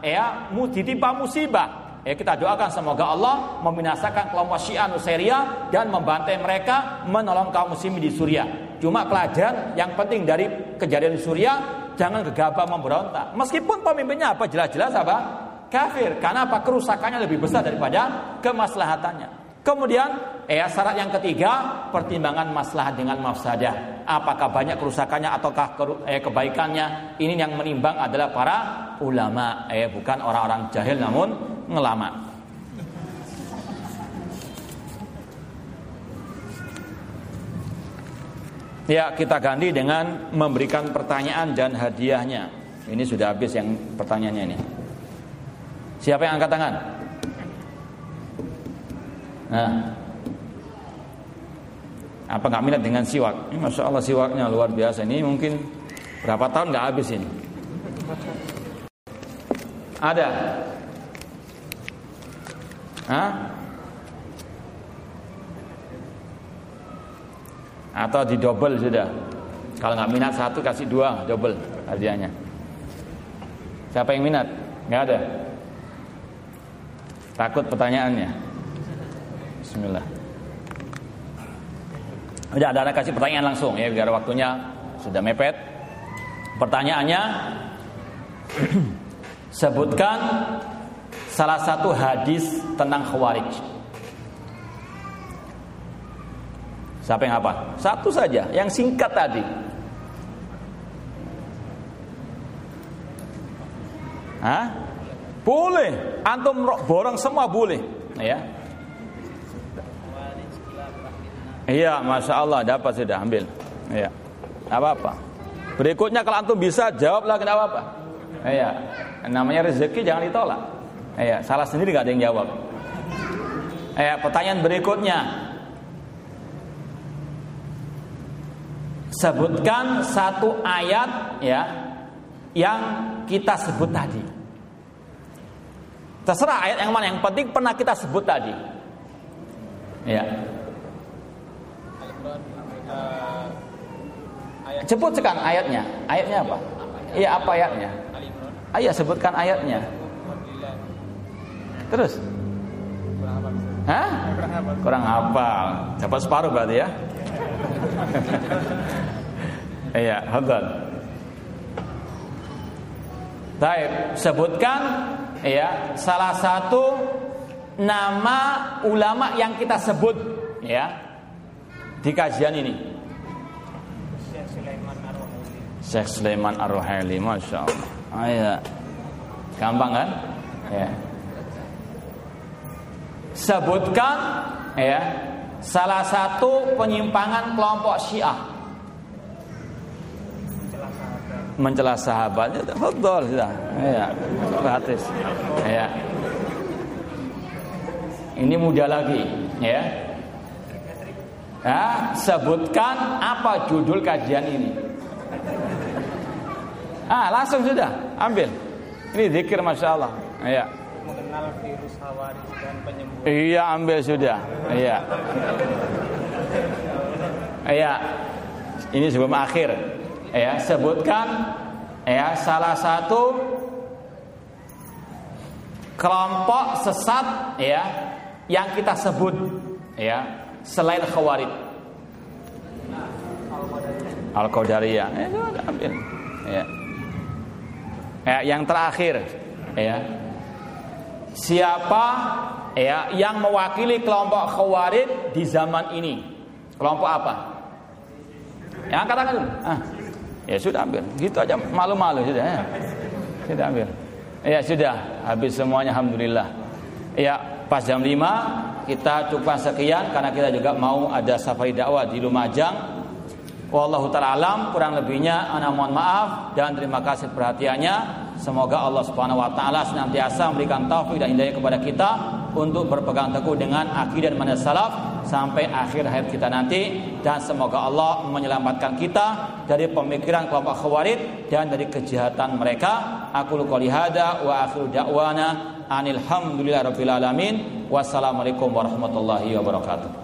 ditimpa musibah. Kita doakan semoga Allah membinasakan kelompok Syiah Nusairyah dan membantai mereka, menolong kaum muslimin di Suriah. Cuma pelajaran yang penting dari kejadian di Suriah, jangan gegabah memberontak. Meskipun pemimpinnya apa? Jelas-jelas apa? Kafir. Karena apa? Kerusakannya lebih besar daripada kemaslahatannya. Kemudian syarat yang ketiga, pertimbangan maslahat dengan mafsadah. Apakah banyak kerusakannya ataukah kebaikannya? Ini yang menimbang adalah para ulama, bukan orang-orang jahil namun ngelama. Ya, kita ganti dengan memberikan pertanyaan dan hadiahnya. Ini sudah habis yang pertanyaannya ini. Siapa yang angkat tangan? Nah, apa nggak minat dengan siwak? Masya Allah, siwaknya luar biasa. Ini mungkin berapa tahun nggak habis ini. Ada? Atau di double sudah? Kalau nggak minat satu kasih dua, double hadiahnya. Siapa yang minat? Nggak ada? Takut pertanyaannya? Bismillah. Udah, ada kasih pertanyaan langsung ya, biar waktunya sudah mepet. Pertanyaannya, sebutkan salah satu hadis tentang Khawarij. Siapa yang hafal? Satu saja, yang singkat tadi. Boleh, antum borong semua boleh, ya. Iya, masya Allah, dapat sudah, ambil. Iya, apa-apa. Berikutnya kalau antum bisa jawab lagi, tidak apa-apa. Iya, namanya rezeki jangan ditolak. Iya, salah sendiri nggak ada yang jawab. Iya, pertanyaan berikutnya. Sebutkan satu ayat yang kita sebut tadi. Terserah ayat yang mana, yang penting pernah kita sebut tadi. Ya. Sebutkan ayatnya. Ayatnya apa? Iya, apa ayatnya? Ayo sebutkan ayatnya. Terus? Hah? Kurang hafal. Dapat separuh berarti ya? Iya, hafal. Baik, sebutkan ya salah satu nama ulama yang kita sebut ya di kajian ini. Syekh Sulaiman Ar-Ruhaili, Masya Allah. Ya. Gampang kan? Ya. Sebutkan ya salah satu penyimpangan kelompok Syiah mencela sahabat. Betul sudah. Ya, gratis. Ya. Ini mudah lagi, ya. Nah, sebutkan apa judul kajian ini. Langsung sudah, ambil. Ini zikir, Masya Allah. Ya. Mengenal virus Khawarij dan penyembuh. Iya, ambil sudah. Iya. Iya. Ini sebelum akhir. Ya, sebutkan ya salah satu kelompok sesat ya yang kita sebut ya selain Khawarij. Al-Qadariyah. Ambil. Ya. Yang terakhir ya. Siapa ya yang mewakili kelompok Khawarij di zaman ini? Kelompok apa? Yang katakan dulu. Ya sudah ambil. Gitu aja malu-malu sudah ya. Sudah ambil. Ya sudah, habis semuanya alhamdulillah. Ya, pas jam 5 kita cukupkan sekian karena kita juga mau ada safari dakwah di Lumajang. Wallahu ta'ala alam, kurang lebihnya ana mohon maaf dan terima kasih perhatiannya. Semoga Allah Subhanahu wa taala senantiasa memberikan taufik dan hidayah kepada kita untuk berpegang teguh dengan akidah dan manhaj salaf sampai akhir hayat kita nanti, dan semoga Allah menyelamatkan kita dari pemikiran kelompok Khawarij dan dari kejahatan mereka. Aqulu qouli hadza wa akhiru da'wana anil hamdulillahirabbil alamin. Wassalamualaikum warahmatullahi wabarakatuh.